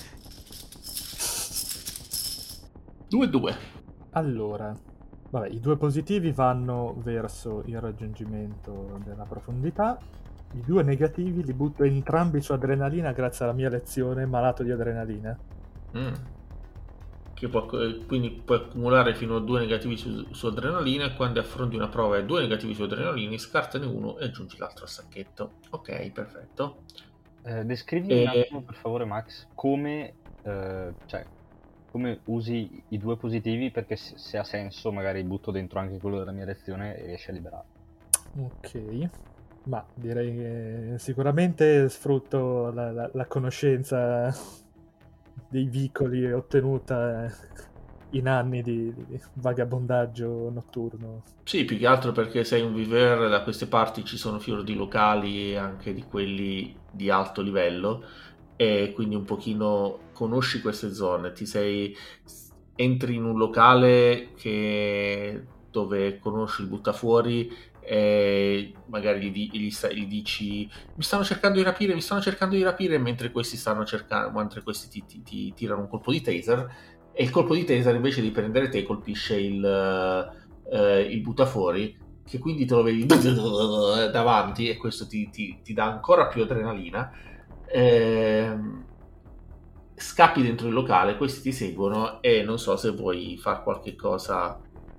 due due. Allora, vabbè, i due positivi vanno verso il raggiungimento della profondità, i due negativi li butto entrambi su adrenalina grazie alla mia lezione malato di adrenalina. Mm. Che può, quindi puoi accumulare fino a due negativi su, su adrenalina e quando affronti una prova e due negativi su adrenalina scartane uno e aggiungi l'altro al sacchetto. Ok, perfetto. Eh, descrivi E- un attimo per favore, Max, come, eh, cioè, come usi i due positivi, perché se, se ha senso magari butto dentro anche quello della mia lezione e riesci a liberarlo. Ok, ma direi che sicuramente sfrutto la, la- la conoscenza dei vicoli ottenuta in anni di, di vagabondaggio notturno. Sì, più che altro perché sei un viver, da queste parti ci sono fior di locali e anche di quelli di alto livello e quindi un pochino conosci queste zone, ti sei entri in un locale che dove conosci il buttafuori e magari gli, gli, sta- gli dici mi stanno cercando di rapire, mi stanno cercando di rapire mentre questi stanno cercando, mentre questi ti, ti, ti tirano un colpo di taser e il colpo di taser invece di prendere te colpisce il, eh, il buttafuori che quindi te lo vedi davanti e questo ti, ti, ti dà ancora più adrenalina. Ehm, scappi dentro il locale, questi ti seguono e non so se vuoi fare qualche cosa.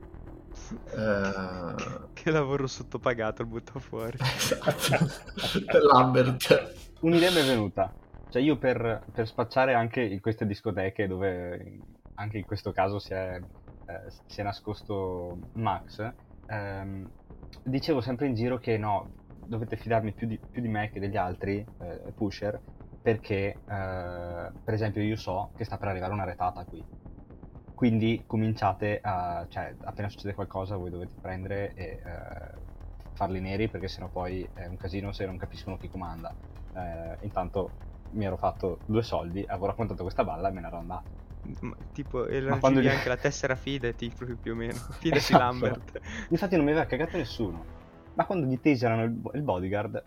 eh, Che lavoro sottopagato il butta fuori. Esatto. Lambert. Un'idea mi è venuta, cioè io per, per spacciare anche in queste discoteche dove anche in questo caso si è, eh, si è nascosto Max, ehm, dicevo sempre in giro che no, dovete fidarmi più di, più di me che degli altri eh, pusher, perché eh, per esempio io so che sta per arrivare una retata qui, quindi cominciate a, cioè appena succede qualcosa voi dovete prendere e eh, farli neri, perché sennò poi è un casino se non capiscono chi comanda. Eh, intanto mi ero fatto due soldi, avevo raccontato questa balla e me ne ero andato. Ma, tipo, e Ma quando gli... gli- anche la tessera fidati più, più o meno. Fidati Esatto. Lambert. Infatti non mi aveva cagato nessuno, ma quando gli taserano il, il bodyguard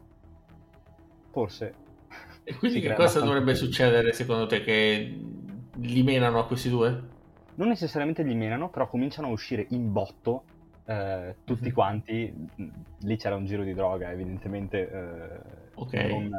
forse E quindi si che crea cosa abbastanza dovrebbe casino. succedere secondo te? Che li menano a questi due? Non necessariamente li menano, però cominciano a uscire in botto eh, tutti Mhm. quanti. Lì c'era un giro di droga evidentemente eh, Ok. non,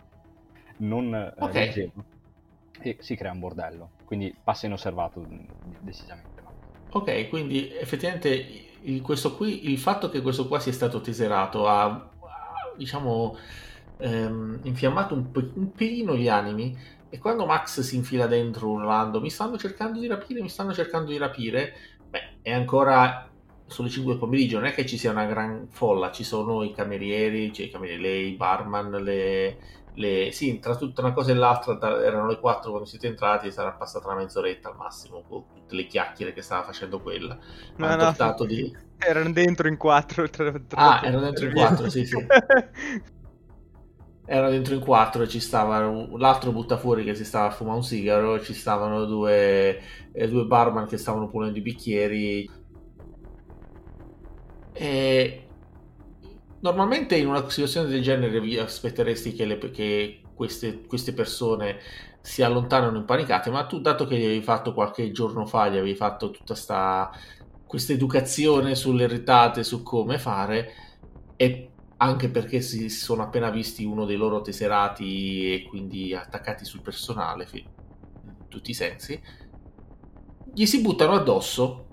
non eh, Ok. leggero, e si crea un bordello, quindi passa inosservato mh, decisamente. Ma... Ok, quindi effettivamente il, questo qui, il fatto che questo qua sia stato teserato ha, ha, diciamo, ehm, infiammato un, pe- un pelino gli animi e quando Max si infila dentro urlando mi stanno cercando di rapire, mi stanno cercando di rapire, beh, è ancora sulle cinque del pomeriggio, non è che ci sia una gran folla, ci sono i camerieri, cioè i camerieri, lei, i barman, le... Le... sì, tra tutta una cosa e l'altra da- erano le quattro quando siete entrati, sarà passata una mezz'oretta al massimo con tutte le chiacchiere che stava facendo quella. No, Ha no, tentato di... erano dentro in quattro. Tra, tra Ah, tra- erano dentro in via. quattro, sì, sì. Erano dentro in quattro e ci stava un- l'altro buttafuori che si stava a fumare un sigaro, ci stavano due, eh, due barman che stavano pulendo i bicchieri. E Normalmente in una situazione del genere vi aspetteresti che, le, che queste, queste persone si allontanano impanicate, ma tu, dato che gli avevi fatto qualche giorno fa, gli avevi fatto tutta sta, questa educazione sulle ritate, su come fare, e anche perché si sono appena visti uno dei loro tesserati e quindi attaccati sul personale, in tutti i sensi, gli si buttano addosso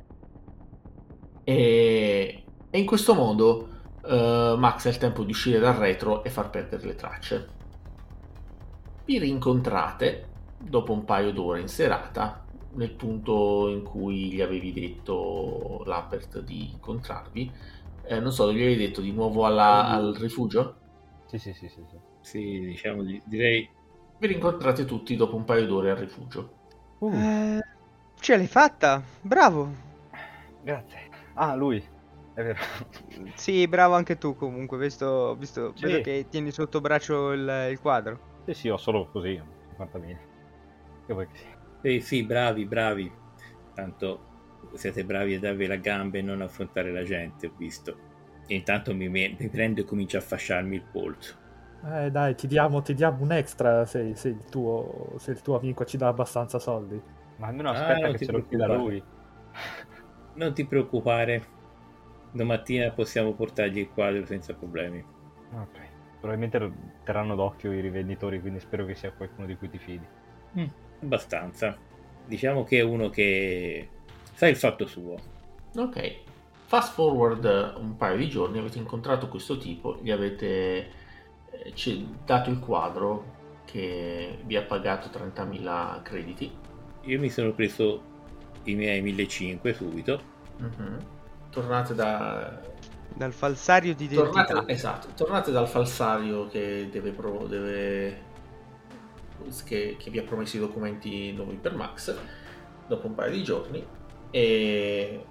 e, e in questo modo uh, Max ha il tempo di uscire dal retro e far perdere le tracce. Vi rincontrate dopo un paio d'ore in serata nel punto in cui gli avevi detto, Lambert, di incontrarvi. Eh, non so, gli avevi detto di nuovo alla, al rifugio? Sì, sì, sì, sì, sì. Sì, diciamo, direi... Vi rincontrate tutti dopo un paio d'ore al rifugio. Uh, Eh, ce l'hai fatta, bravo. grazie. Ah, lui, è vero. Sì, bravo anche tu comunque, visto, visto Sì. vedo che tieni sotto braccio il, il quadro. Sì, sì, ho solo così, cinquantamila. Che vuoi che sia? Sì, sì, bravi, bravi. Tanto siete bravi a darvi la gamba e non affrontare la gente, ho visto. E intanto mi, mi prendo e comincio a fasciarmi il polso. Eh dai, ti diamo, ti diamo un extra se, se, il tuo, se il tuo amico ci dà abbastanza soldi. Ma almeno Ah, aspetta non che ti ce lo chieda preoccupare. lui. Non ti preoccupare, domattina possiamo portargli il quadro senza problemi. Ok. Probabilmente lo terranno d'occhio i rivenditori, quindi spero che sia qualcuno di cui ti fidi. Mm, abbastanza. Diciamo che è uno che sa il fatto suo. Ok, fast forward un paio di giorni, avete incontrato questo tipo, gli avete eh, ci- dato il quadro che vi ha pagato trentamila crediti. Io mi sono preso i miei millecinquecento subito. Mhm. Tornate da Dal falsario di identità. tornate, esatto, tornate dal falsario che deve, pro- deve che, che vi ha promesso i documenti nuovi per Max dopo un paio di giorni e,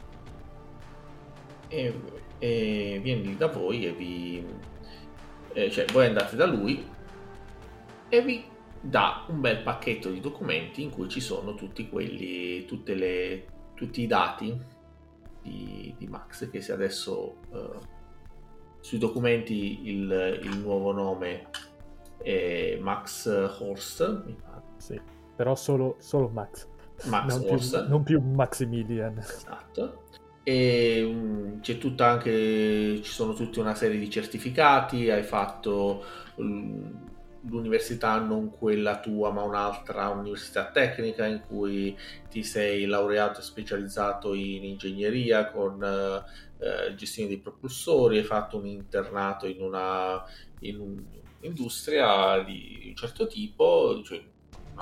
e, e viene lì da voi e vi eh, cioè voi andate da lui e vi dà un bel pacchetto di documenti in cui ci sono tutti quelli tutte le tutti i dati di, di Max, che se adesso eh, sui documenti il, il nuovo nome è Max Horst, mi pare. Sì, però solo, solo Max. Max non, più, Horst. non più Maximilian. Esatto. E um, c'è tutta anche ci sono tutta una serie di certificati, hai fatto um, l'università non quella tua ma un'altra università tecnica in cui ti sei laureato e specializzato in ingegneria con uh, gestione dei propulsori, hai fatto un internato in una in un'industria di un certo tipo, cioè una,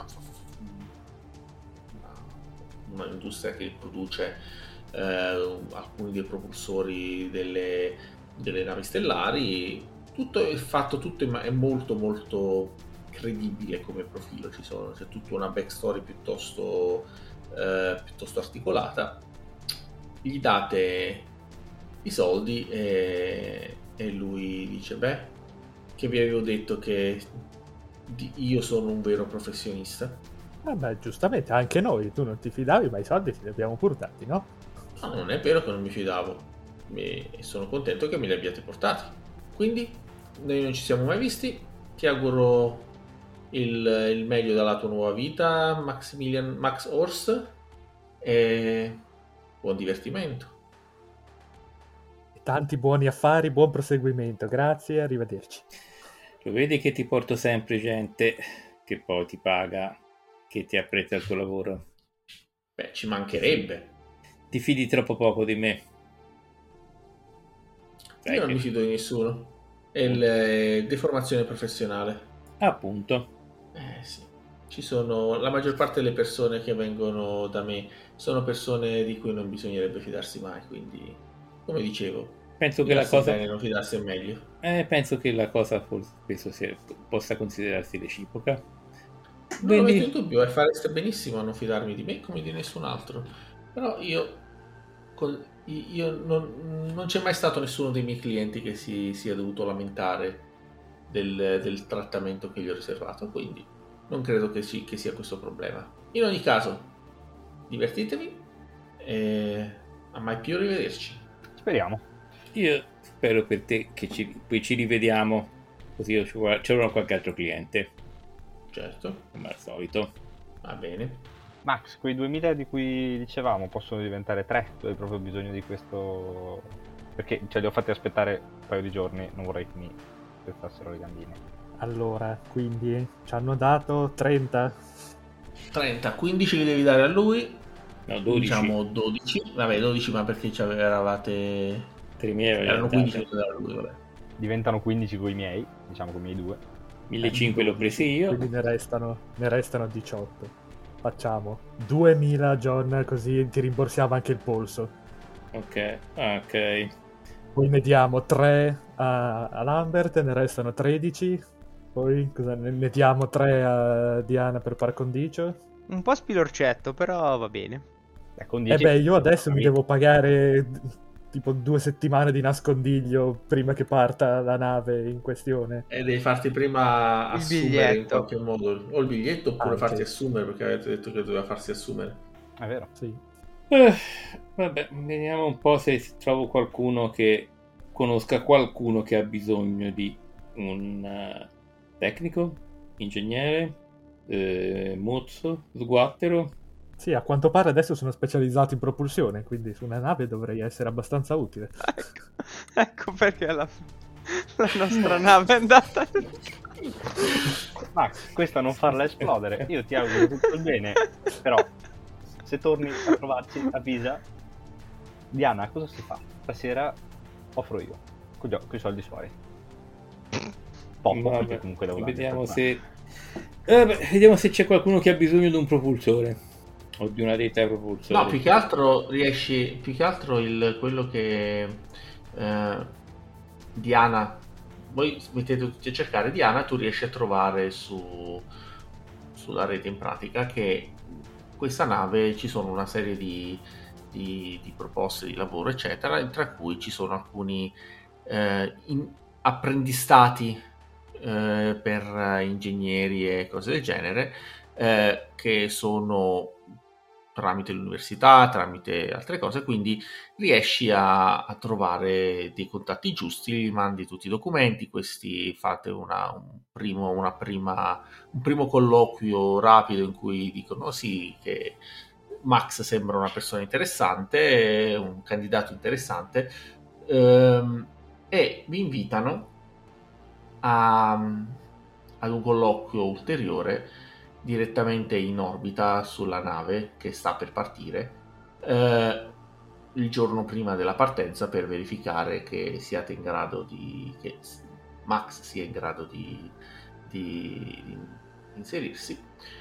una, un'industria che produce eh, alcuni dei propulsori delle, delle navi stellari. Tutto è fatto, tutto è molto molto credibile come profilo, ci sono, c'è tutta una backstory piuttosto, eh, piuttosto articolata. Gli date i soldi e, e lui dice: beh, che vi avevo detto che io sono un vero professionista. Vabbè, giustamente, anche noi, tu non ti fidavi, ma i soldi te li abbiamo portati, no? No, non è vero che non mi fidavo e sono contento che me li abbiate portati. Quindi noi non ci siamo mai visti, ti auguro il, il meglio dalla tua nuova vita, Maximilian Max Horst, e buon divertimento. Tanti buoni affari, buon proseguimento, grazie, arrivederci. Lo vedi che ti porto sempre gente che poi ti paga, che ti apprezza il tuo lavoro? Beh, ci mancherebbe. Ti fidi troppo poco di me. Io non che... mi fido di nessuno. È il, eh, deformazione professionale. Appunto. Eh sì. Ci sono la maggior parte delle persone che vengono da me sono persone di cui non bisognerebbe fidarsi mai, quindi come dicevo, penso che la cosa bene non fidarsi è meglio. Eh, penso che la cosa forse penso sia, possa considerarsi reciproca. Non Quindi... lo metto in dubbio, e fareste benissimo a non fidarmi di me come di nessun altro. Però io, io non, non c'è mai stato nessuno dei miei clienti che si sia dovuto lamentare del, del trattamento che gli ho riservato, quindi non credo che, ci, che sia questo problema. In ogni caso, divertitevi e a mai più, arrivederci. Speriamo. io spero per te che ci, poi ci rivediamo, così io ci avrò qualche altro cliente. Certo. Come al solito. Va bene. Max, quei duemila di cui dicevamo possono diventare tre, tu hai proprio bisogno di questo, perché ce li ho fatti aspettare un paio di giorni, non vorrei che mi spezzassero le gambine. Allora, quindi ci hanno dato trenta? trenta, quindici li devi dare a lui. No, dodici. Diciamo dodici. Vabbè, dodici, ma perché ci eravate... tremila erano quindici li dare a lui, vabbè. Diventano quindici con i miei, diciamo con i miei due. millecinquecento l'ho presi io. Quindi ne restano, ne restano diciotto. Facciamo duemila, John, così ti rimborsiamo anche il polso. Ok, ok. Poi ne diamo tre a, a Lambert, ne restano tredici. Poi cosa, ne, ne diamo tre a Diana per par condicio. Un po' spilorcetto, però va bene. Eh, con E dieci beh, io adesso mi amici. devo pagare tipo due settimane di nascondiglio prima che parta la nave in questione. E devi farti prima Il assumere in biglietto. qualche modo. O il biglietto oppure Anche. farti assumere, perché avete detto che doveva farsi assumere. È vero. Sì. Eh, vabbè, vediamo un po' se trovo qualcuno che conosca qualcuno che ha bisogno di un eh, tecnico, ingegnere, eh, mozzo, sguattero. Sì, a quanto pare adesso sono specializzato in propulsione, quindi su una nave dovrei essere abbastanza utile. Ecco, ecco perché la, la nostra nave è andata. Max, questa non farla esplodere, io ti auguro tutto il bene, però se torni a trovarci a Pisa, Diana, cosa si fa? Stasera offro io, con i soldi suoi. Poco, Vabbè, perché comunque devo vediamo dare, se eh, beh, vediamo se c'è qualcuno che ha bisogno di un propulsore o di una detta propulsore. No, più che altro riesci, più che altro il, quello che eh, Diana, voi mettete tutti a cercare Diana, tu riesci a trovare su sulla rete in pratica che questa nave ci sono una serie di, di, di proposte di lavoro eccetera, tra cui ci sono alcuni eh, in, apprendistati eh, per ingegneri e cose del genere eh, che sono tramite l'università, tramite altre cose, quindi riesci a, a trovare dei contatti giusti, gli mandi tutti i documenti, questi fate una, un, primo, una prima, un primo colloquio rapido in cui dicono sì che Max sembra una persona interessante, un candidato interessante, ehm, e vi invitano a, ad un colloquio ulteriore direttamente in orbita sulla nave che sta per partire eh, il giorno prima della partenza per verificare che siate in grado di che Max sia in grado di, di, di inserirsi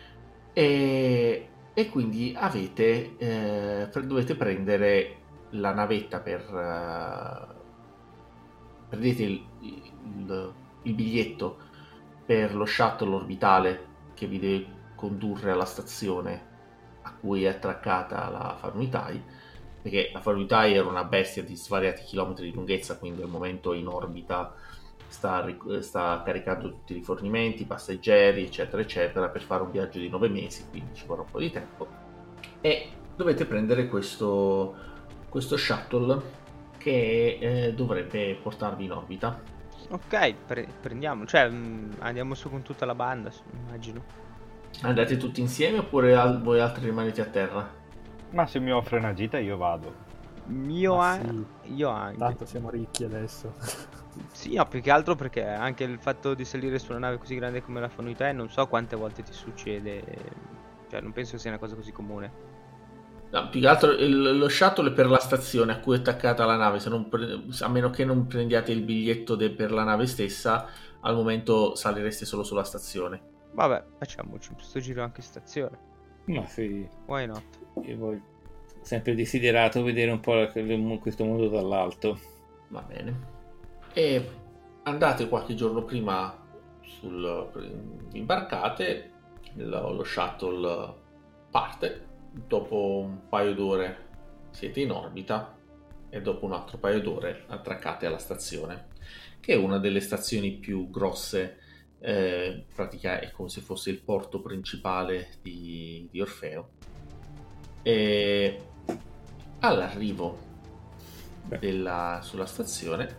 e, e quindi avete eh, dovete prendere la navetta per uh, prendete il, il, il biglietto per lo shuttle orbitale che vi deve condurre alla stazione a cui è attraccata la Fanuitai, perché la Fanuitai era una bestia di svariati chilometri di lunghezza, quindi al momento in orbita sta, sta caricando tutti i rifornimenti, passeggeri eccetera eccetera per fare un viaggio di nove mesi, quindi ci vorrà un po' di tempo e dovete prendere questo, questo shuttle che eh, dovrebbe portarvi in orbita. Ok, pre- prendiamo, cioè mh, andiamo su con tutta la banda, immagino. Andate tutti insieme oppure al- voi altri rimanete a terra? Ma se mi offre una gita io vado. Io, Ma a- sì, io anche. tanto siamo ricchi adesso. Sì, no, più che altro perché anche il fatto di salire su una nave così grande come la Fanuitai non so quante volte ti succede. Cioè, non penso sia una cosa così comune. No, più che altro il- lo shuttle è per la stazione a cui è attaccata la nave, se non pre- a meno che non prendiate il biglietto de- per la nave stessa, al momento salireste solo sulla stazione. Vabbè, facciamoci questo giro anche in stazione. Ma sì, Why not? io voglio sempre desiderato vedere un po' la- questo mondo dall'alto. Va bene. E andate qualche giorno prima sul imbarcate, lo, lo shuttle parte, dopo un paio d'ore siete in orbita e dopo un altro paio d'ore attraccate alla stazione, che è una delle stazioni più grosse, eh, in pratica è come se fosse il porto principale di, di Orfeo. E all'arrivo della, sulla stazione,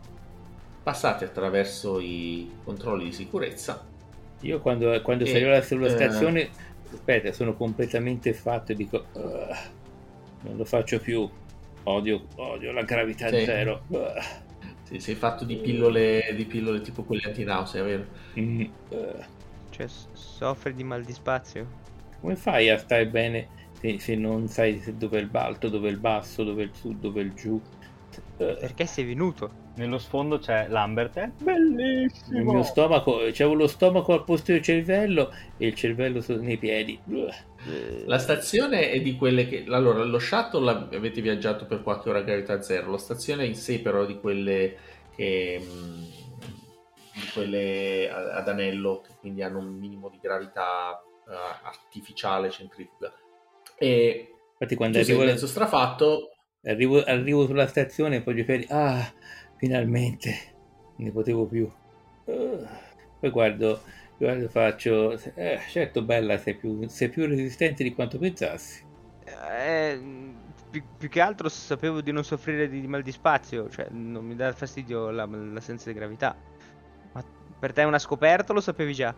passate attraverso i controlli di sicurezza. Io quando, quando E, salivo sulla eh, stazione, aspetta, sono completamente fatto e dico, "Ugh, non lo faccio più, odio, odio la gravità Sì. zero. Ugh. Sì, sei fatto di pillole, di pillole tipo quelle antinausea, vero? Mm, ugh. Cioè, s- soffri di mal di spazio? Come fai a stare bene se, se non sai se dove è il alto, dove è il basso, dove è il su, dove è il giù? Ugh. Perché sei venuto? Nello sfondo c'è Lambert, è Il bellissimo! mio stomaco, c'avevo lo stomaco al posto del cervello e il cervello so- nei piedi. Ugh. La stazione è di quelle che... Allora, lo shuttle avete viaggiato per qualche ora a gravità zero, la stazione in sé però è di quelle che... mh, di quelle a- ad anello, che quindi hanno un minimo di gravità eh, artificiale, centrifuga. E Infatti quando tu sei arrivo, mezzo strafatto. arrivo, arrivo sulla stazione e poi i piedi, ah, finalmente, ne potevo più. Ugh. Poi guardo, guardo faccio, eh, certo bella, sei più, sei più resistente di quanto pensassi. Eh, più, più che altro sapevo di non soffrire di, di mal di spazio, cioè non mi dà fastidio la- l'assenza di gravità. Ma per te è una scoperta o lo sapevi già?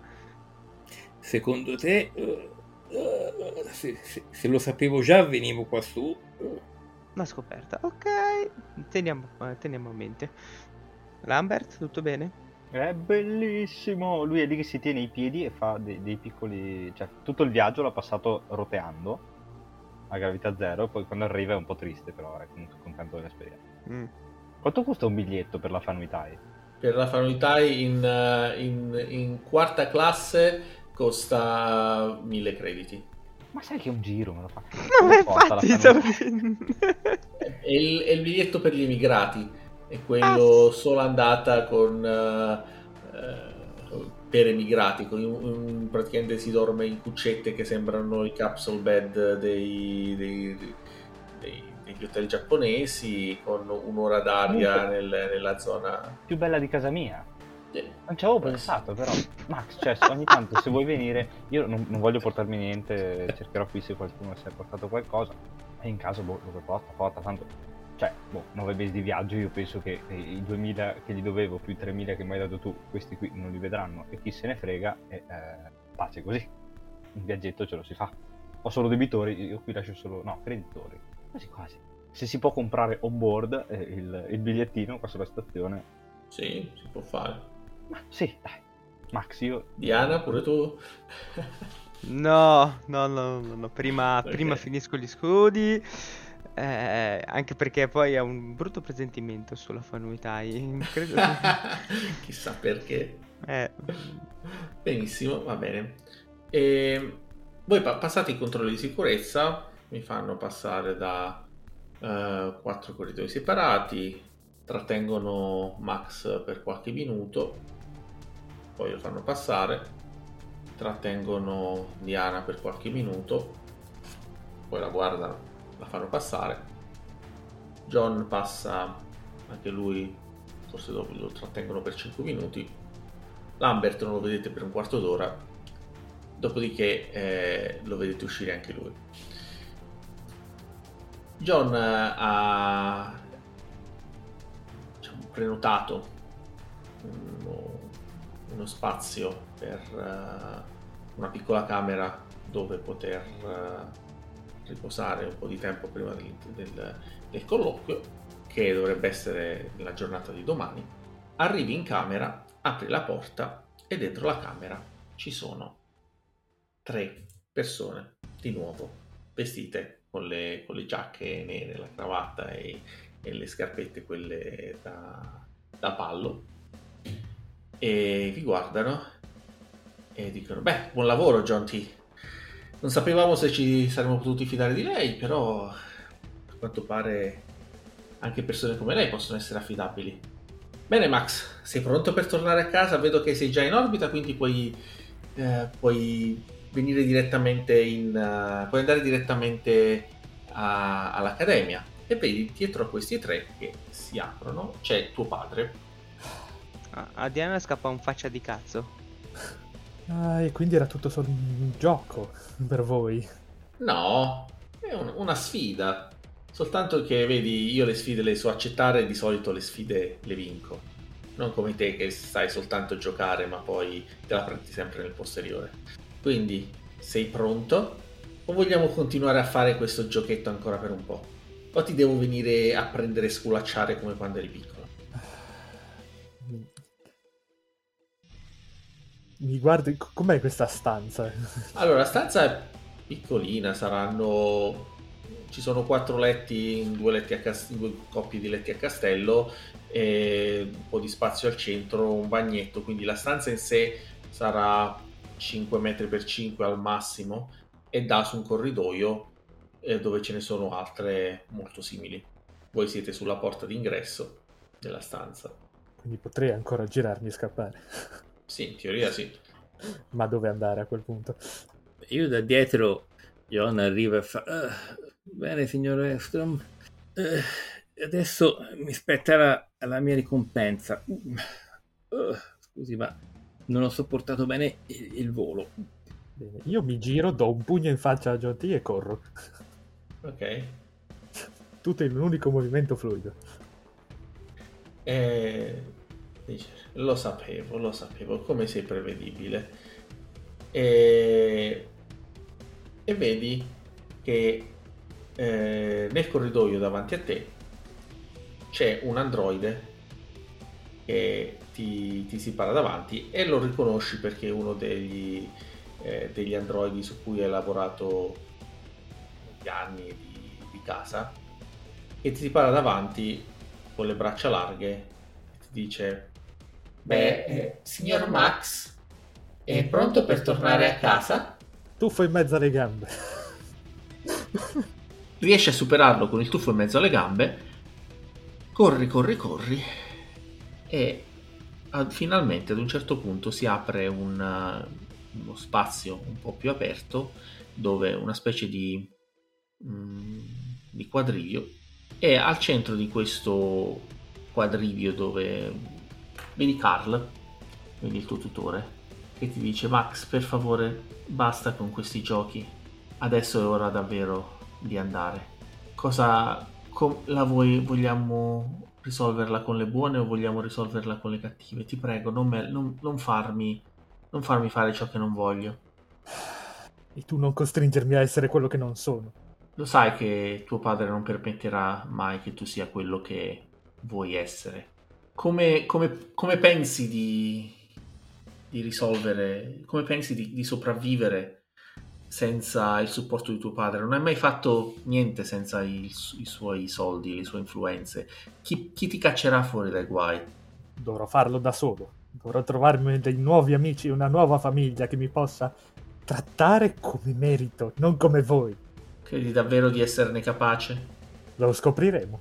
Secondo te, uh, uh, se, se- se lo sapevo già venivo qua su. Uh. Una scoperta, ok, teniamo, eh, teniamo a mente. Lambert, tutto bene? È bellissimo! Lui è lì che si tiene i piedi e fa dei, dei piccoli... Cioè, tutto il viaggio l'ha passato roteando a gravità zero, e poi quando arriva è un po' triste, però è comunque contento dell'esperienza. Mm. Quanto costa un biglietto per la Fanuitai? Per la Fanuitai in, eh, in, in quarta classe costa mille crediti. Ma sai che è un giro, me lo fa? No, Come costa la infatti, Fanuitai? stavo- È il, è il biglietto per gli immigrati, è quello solo andata con eh, eh, per emigrati, con un- praticamente si dorme in cuccette che sembrano i capsule bed dei, dei- dei- degli hotel giapponesi, con un'ora d'aria nel- nella zona. Più bella di casa mia. Eh, Non ci avevo pensato, però. Max, cioè, ogni tanto se vuoi venire, io non, non voglio portarmi niente, cercherò qui se qualcuno si è portato qualcosa. E in caso, boh, dove porta, porta, tanto. Cioè, boh, nove mesi di viaggio, io penso che i duemila che gli dovevo, più i tremila che mi hai dato tu, questi qui non li vedranno, e chi se ne frega, e eh, pace così. Un viaggetto ce lo si fa. Ho solo debitori, io qui lascio solo, no, creditori. Quasi quasi. Se si può comprare on board eh, il, il bigliettino qua sulla stazione, sì, si può fare. ma sì, dai. Max, io... Diana, pure tu? No, no, no, no, no, prima, Ok. prima finisco gli studi, eh, anche perché poi ha un brutto presentimento sulla Fanuitai, credo che... Chissà perché. eh, Benissimo, va bene. E voi pa- passate i controlli di sicurezza, mi fanno passare da eh, quattro corridoi separati, trattengono Max per qualche minuto, poi lo fanno passare, trattengono Diana per qualche minuto, poi la guardano, la fanno passare. John passa anche lui, forse dopo lo trattengono per cinque minuti. Lambert non lo vedete per un quarto d'ora, dopodiché eh, lo vedete uscire anche lui. John eh, ha diciamo, prenotato uno, uno spazio per eh, una piccola camera dove poter eh, riposare un po' di tempo prima del, del, del colloquio, che dovrebbe essere la giornata di domani. Arrivi in camera, apri la porta e dentro la camera ci sono tre persone di nuovo vestite con le, con le giacche nere, la cravatta e, e le scarpette quelle da, da ballo, e vi guardano e dicono: beh, buon lavoro John T. Non sapevamo se ci saremmo potuti fidare di lei, però a quanto pare anche persone come lei possono essere affidabili. Bene Max, sei pronto per tornare a casa? Vedo che sei già in orbita, quindi puoi, eh, puoi venire direttamente in... Uh, puoi andare direttamente a, all'accademia. E vedi dietro a questi tre che si aprono c'è tuo padre. a, a Diana scappa un faccia di cazzo. Ah, e quindi era tutto solo un gioco per voi. No, è un- una sfida. Soltanto che, vedi, io le sfide le so accettare e di solito le sfide le vinco. Non come te che sai soltanto giocare, ma poi te la prendi sempre nel posteriore. Quindi, sei pronto? O vogliamo continuare a fare questo giochetto ancora per un po'? O ti devo venire a prendere e sculacciare come quando eri piccolo? Mi guardi, com'è questa stanza? Allora, la stanza è piccolina, saranno... ci sono quattro letti, due, letti a cas... due coppie di letti a castello, e un po' di spazio al centro, un bagnetto, quindi la stanza in sé sarà cinque metri per cinque al massimo e dà su un corridoio eh, dove ce ne sono altre molto simili. Voi siete sulla porta d'ingresso della stanza. Quindi potrei ancora girarmi e scappare. Sì, in teoria sì. Ma dove andare a quel punto? Io da dietro, John arriva e fa: "Ah, bene, signor Ekstrom, eh, adesso mi spetterà la mia ricompensa. Uh, scusi, ma non ho sopportato bene il, il volo." Bene, io mi giro, do un pugno in faccia a John T e corro. Ok. Tutto in un unico movimento fluido. E... dice, lo sapevo, lo sapevo, come sei prevedibile. E, e vedi che eh, nel corridoio davanti a te c'è un androide che ti, ti si para davanti e lo riconosci perché è uno degli, eh, degli androidi su cui hai lavorato negli anni di, di casa, e ti si para davanti con le braccia larghe e ti dice: beh, eh, signor Max, è pronto per tornare a casa? Tuffo in mezzo alle gambe. Riesci a superarlo con il tuffo in mezzo alle gambe, corri, corri, corri e ad, finalmente ad un certo punto si apre un, uh, uno spazio un po' più aperto dove una specie di, um, di quadrivio, e al centro di questo quadrivio dove vedi Carl, vedi il tuo tutore, che ti dice: Max, per favore, basta con questi giochi, adesso è ora davvero di andare. Cosa com- la vuoi, vogliamo risolverla con le buone o vogliamo risolverla con le cattive? Ti prego, non, me, non, non farmi non farmi fare ciò che non voglio. E tu non costringermi a essere quello che non sono. Lo sai che tuo padre non permetterà mai che tu sia quello che vuoi essere. Come, come, come pensi di, di risolvere, come pensi di, di sopravvivere senza il supporto di tuo padre? Non hai mai fatto niente senza i, i suoi soldi, le sue influenze. Chi, chi ti caccerà fuori dai guai? Dovrò farlo da solo. Dovrò trovarmi dei nuovi amici, una nuova famiglia che mi possa trattare come merito, non come voi. Credi davvero di esserne capace? Lo scopriremo.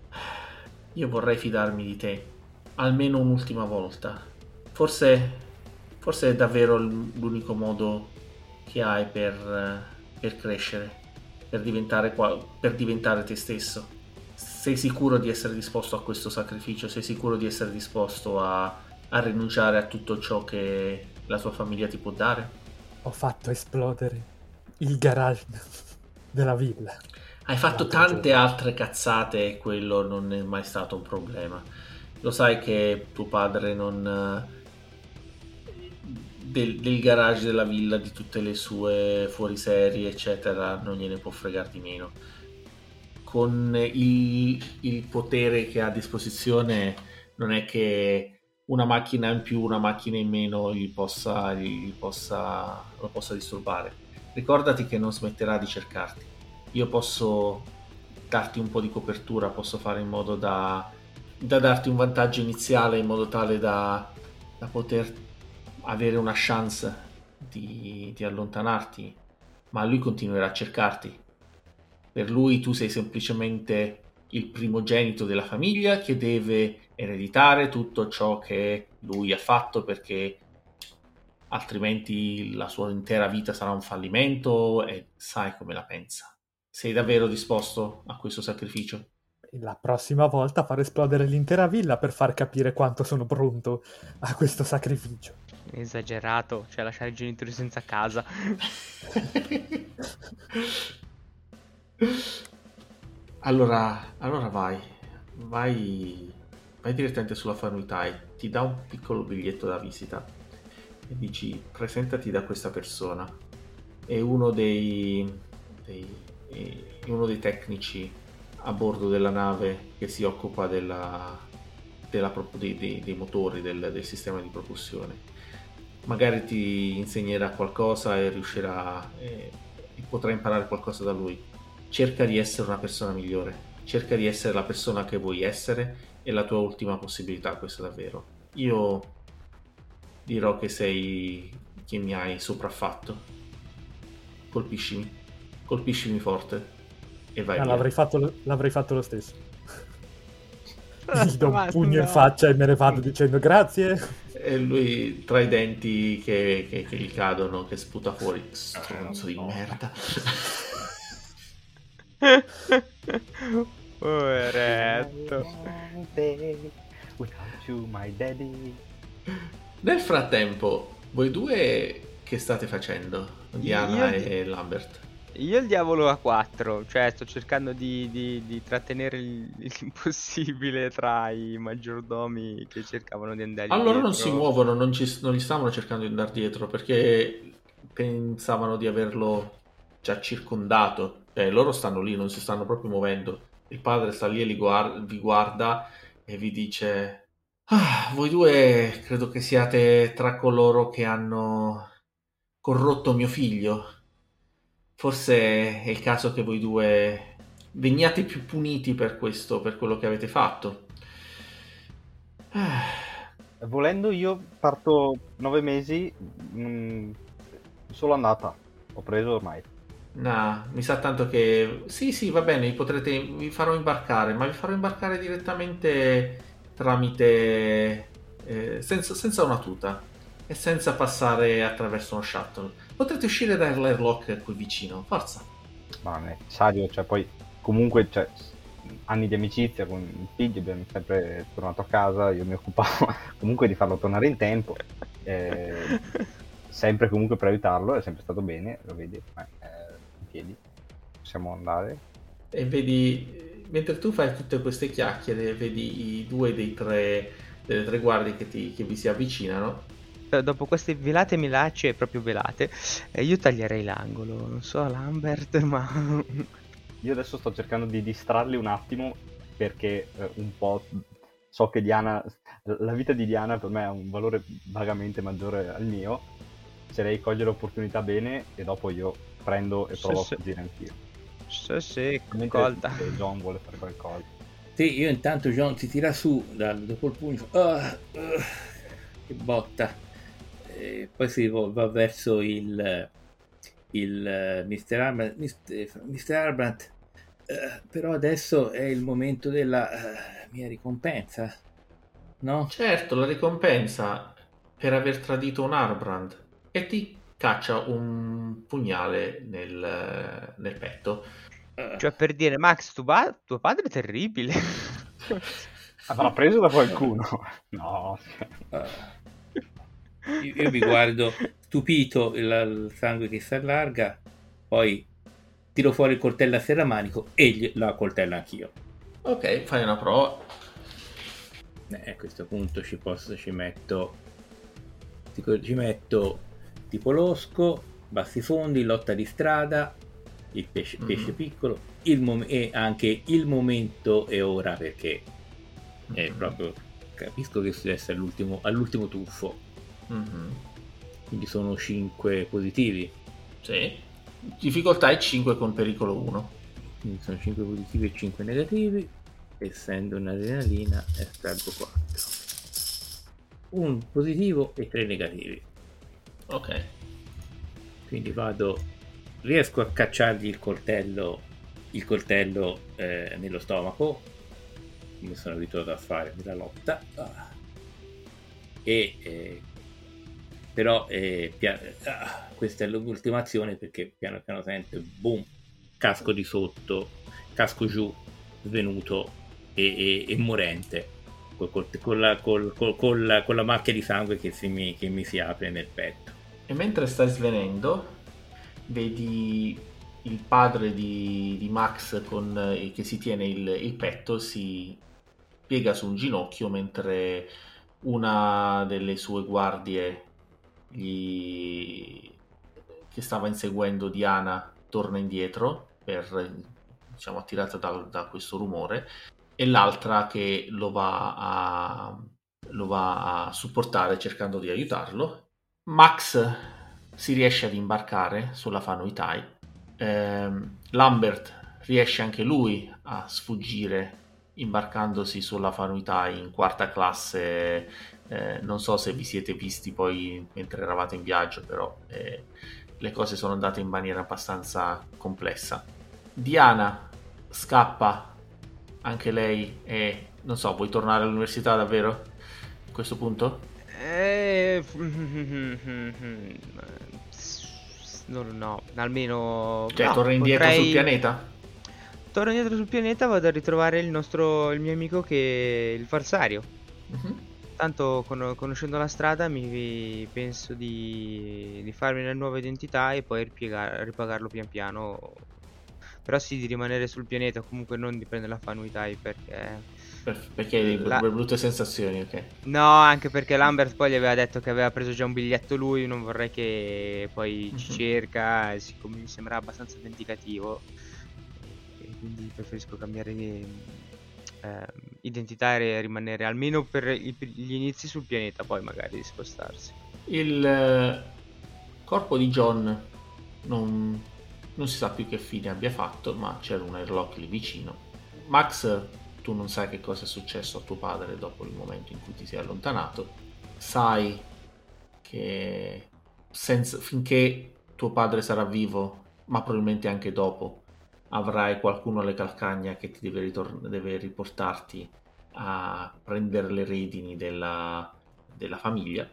Io vorrei fidarmi di te, almeno un'ultima volta. Forse, forse è davvero l'unico modo che hai per, per crescere, per diventare, per diventare te stesso. Sei sicuro di essere disposto a questo sacrificio? Sei sicuro di essere disposto a, a rinunciare a tutto ciò che la tua famiglia ti può dare? Ho fatto esplodere il garage della villa. Hai fatto tante giorno. altre cazzate e quello non è mai stato un problema. Lo sai che tuo padre non... Del, del garage della villa, di tutte le sue fuoriserie eccetera, non gliene può fregare di meno. Con il, il potere che ha a disposizione non è che una macchina in più, una macchina in meno gli possa, gli possa, lo possa disturbare. Ricordati che non smetterà di cercarti. Io posso darti un po' di copertura, posso fare in modo da, da darti un vantaggio iniziale in modo tale da, da poter avere una chance di, di allontanarti, ma lui continuerà a cercarti. Per lui tu sei semplicemente il primogenito della famiglia che deve ereditare tutto ciò che lui ha fatto, perché altrimenti la sua intera vita sarà un fallimento, e sai come la pensa. Sei davvero disposto a questo sacrificio? La prossima volta farò esplodere l'intera villa per far capire quanto sono pronto a questo sacrificio. Esagerato, cioè lasciare i genitori senza casa. Allora, allora vai, vai, vai direttamente sulla Fanuitai, ti dà un piccolo biglietto da visita e dici presentati da questa persona. È uno dei, dei, è uno dei tecnici a bordo della nave che si occupa della, della, dei, dei, dei motori, del, del sistema di propulsione. Magari ti insegnerà qualcosa e riuscirà e, e potrai imparare qualcosa da lui. Cerca di essere una persona migliore, cerca di essere la persona che vuoi essere, è la tua ultima possibilità, questo davvero. Io dirò che sei che mi hai sopraffatto. Colpiscimi, colpiscimi forte e vai Ah, via. l'avrei fatto lo, l'avrei fatto lo stesso. Gli do Ma un pugno no. in faccia e me ne vado dicendo grazie. E lui tra i denti che, che, che gli cadono, che sputa fuori, stronzo di merda. Poveretto. Without you, my daddy. Nel frattempo, voi due che state facendo? Diana Io- e Lambert. Io il diavolo a quattro, cioè sto cercando di, di- di trattenere il- l'impossibile tra i maggiordomi che cercavano di andare Allora non dietro. si muovono, non, ci, non gli stavano cercando di andare dietro perché pensavano di averlo già circondato. Cioè, loro stanno lì, non si stanno proprio muovendo. Il padre sta lì e li guar- vi guarda e vi dice: "Ah, voi due credo che siate tra coloro che hanno corrotto mio figlio. Forse è il caso che voi due veniate più puniti per questo, per quello che avete fatto." Ah. Volendo io parto nove mesi, mm, solo andata. Ho preso ormai. No, mi sa tanto che sì, sì, va bene, vi potrete, vi farò imbarcare, ma vi farò imbarcare direttamente tramite eh, senza, senza una tuta e senza passare attraverso uno shuttle. Potrete uscire dall'airlock qui vicino, forza. Ma non è necessario, cioè poi comunque cioè, anni di amicizia con i figli, abbiamo sempre tornato a casa, io mi occupavo comunque di farlo tornare in tempo, eh, sempre comunque per aiutarlo, è sempre stato bene, lo vedi, eh, in piedi, possiamo andare. E vedi, mentre tu fai tutte queste chiacchiere, vedi i due dei tre, delle tre guardie che, ti, che vi si avvicinano. Eh, Dopo queste velate minacce, proprio velate, eh, io taglierei l'angolo. Non so, Lambert, ma Io adesso sto cercando di distrarli un attimo perché eh, un po' so che Diana, la vita di Diana per me ha un valore vagamente maggiore al mio. Se lei coglie l'opportunità bene e dopo io prendo e Sì, provo sì. a fuggire anch'io. sì, sì, Mentre colta. se John vuole fare qualcosa. Sì, io intanto John si tira su dal- dopo il pugno, fa, "Ah, ah", che botta, e poi si va, va verso il, il eh, mister Arbrandt, mister, mister Arbrandt, "Eh, però adesso è il momento della eh, mia ricompensa, no?" Certo, la ricompensa per aver tradito un Arbrand e ti caccia un pugnale nel, nel petto. Eh, Cioè, per dire, Max, tu pa- tuo padre è terribile. Avrà preso da qualcuno? No. eh. Io, io mi guardo stupito il, il sangue che si allarga, poi tiro fuori il coltello a serramanico e gli- la coltello anch'io. Ok, fai una prova. Eh, a questo punto ci posso ci metto dico, ci metto tipo losco, bassi fondi, lotta di strada, il pesce, Mhm. pesce piccolo, il mom- e anche il momento è ora, perché è Mhm. proprio capisco che deve essere all'ultimo, all'ultimo tuffo, Mhm. quindi sono cinque positivi, Sì. Difficoltà è cinque con pericolo uno. quindi sono cinque positivi e cinque negativi, essendo un'adrenalina estraggo quattro, un positivo e tre negativi. Ok. Quindi vado, riesco a cacciargli il coltello, il coltello eh, nello stomaco, come sono abituato a fare nella lotta. Ah. E eh, però eh, pia- ah, questa è l'ultima azione, perché piano piano sento boom, casco di sotto, casco giù, svenuto e, e, e morente, col- col- con, la, col- col- con la- con la macchia di sangue che, si mi, che mi si apre nel petto. E mentre stai svenendo, vedi il padre di, di Max con, eh, che si tiene il, il petto si piega su un ginocchio mentre una delle sue guardie gli... che stava inseguendo Diana torna indietro per, diciamo, attirata da, da questo rumore, e l'altra che lo va a lo va a supportare cercando di aiutarlo. Max si riesce ad imbarcare sulla Fanuitai. ehm, Lambert riesce anche lui a sfuggire imbarcandosi sulla Fanuitai in quarta classe. Eh, non so se vi siete visti poi mentre eravate in viaggio, però eh, le cose sono andate in maniera abbastanza complessa. Diana scappa anche lei e non so, vuoi tornare all'università davvero a questo punto? Eh, no, no, almeno Cioè no, torna indietro potrei- sul pianeta? Torno indietro sul pianeta, vado a ritrovare il nostro, il mio amico che è il Falsario. Mhm. Tanto con- conoscendo la strada mi penso di, di farmi una nuova identità e poi ripiega- ripagarlo pian piano. Però sì, di rimanere sul pianeta, comunque non di prendere la Fanuitai perché... Per- perché hai La- delle brutte sensazioni, ok. No, anche perché Lambert poi gli aveva detto che aveva preso già un biglietto lui, non vorrei che poi ci Mhm. cerca, e siccome mi sembra abbastanza vendicativo, e quindi preferisco cambiare eh, identità e rimanere almeno per i- per gli inizi sul pianeta, poi magari spostarsi. Il eh, corpo di John non, non si sa più che fine abbia fatto, ma c'era un airlock lì vicino. Max, tu non sai che cosa è successo a tuo padre dopo il momento in cui ti sei allontanato. Sai che senza- finché tuo padre sarà vivo, ma probabilmente anche dopo, avrai qualcuno alle calcagna che ti deve, ritor- deve riportarti a prendere le redini della, della famiglia.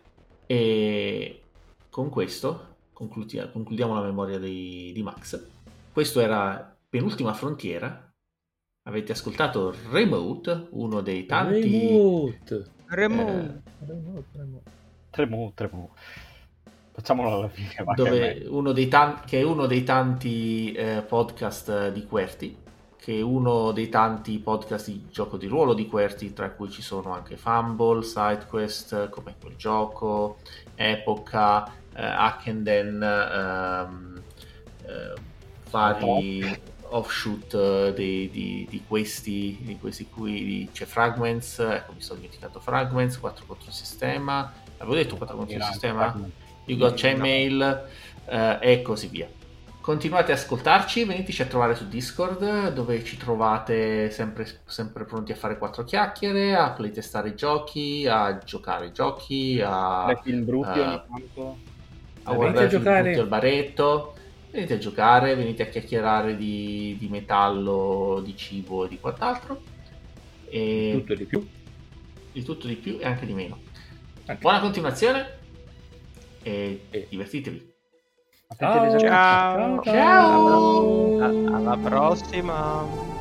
E con questo concludi- concludiamo la memoria di, di Max. Questo era Penultima Frontiera. Avete ascoltato Remote, uno dei tanti Remote. Remo, Eh, Remote, remote. Tremo, tremo. Facciamolo alla fine, va che è dove meglio. uno dei tan- che è uno dei tanti eh, podcast di QWERTY, che è uno dei tanti podcast di gioco di ruolo di QWERTY, tra cui ci sono anche Fumble, SideQuest, come quel gioco, Epoca, eh, Hackenden, ehm, eh, vari offshoot eh, di, di- di questi, di questi qui di- c'è Fragments, ecco mi sono dimenticato Fragments, quattro contro sistema, avevo detto quattro contro Era sistema? anche You Got No. Chainmail eh, e così via. Continuate a ascoltarci, veniteci a trovare su Discord, dove ci trovate sempre, sempre pronti a fare quattro chiacchiere, a playtestare i giochi, a giocare i giochi, a, tre film brutti eh, ogni tanto. a Venite guardare a film giocare. tutti al baretto. Venite a giocare, venite a chiacchierare di, di metallo, di cibo e di quant'altro. E Tutto di più. di tutto di più e anche di meno. Anche. Buona continuazione e E- divertitevi. Attenti alle Ciao. esercizi. ciao, Ciao. Alla, alla prossima.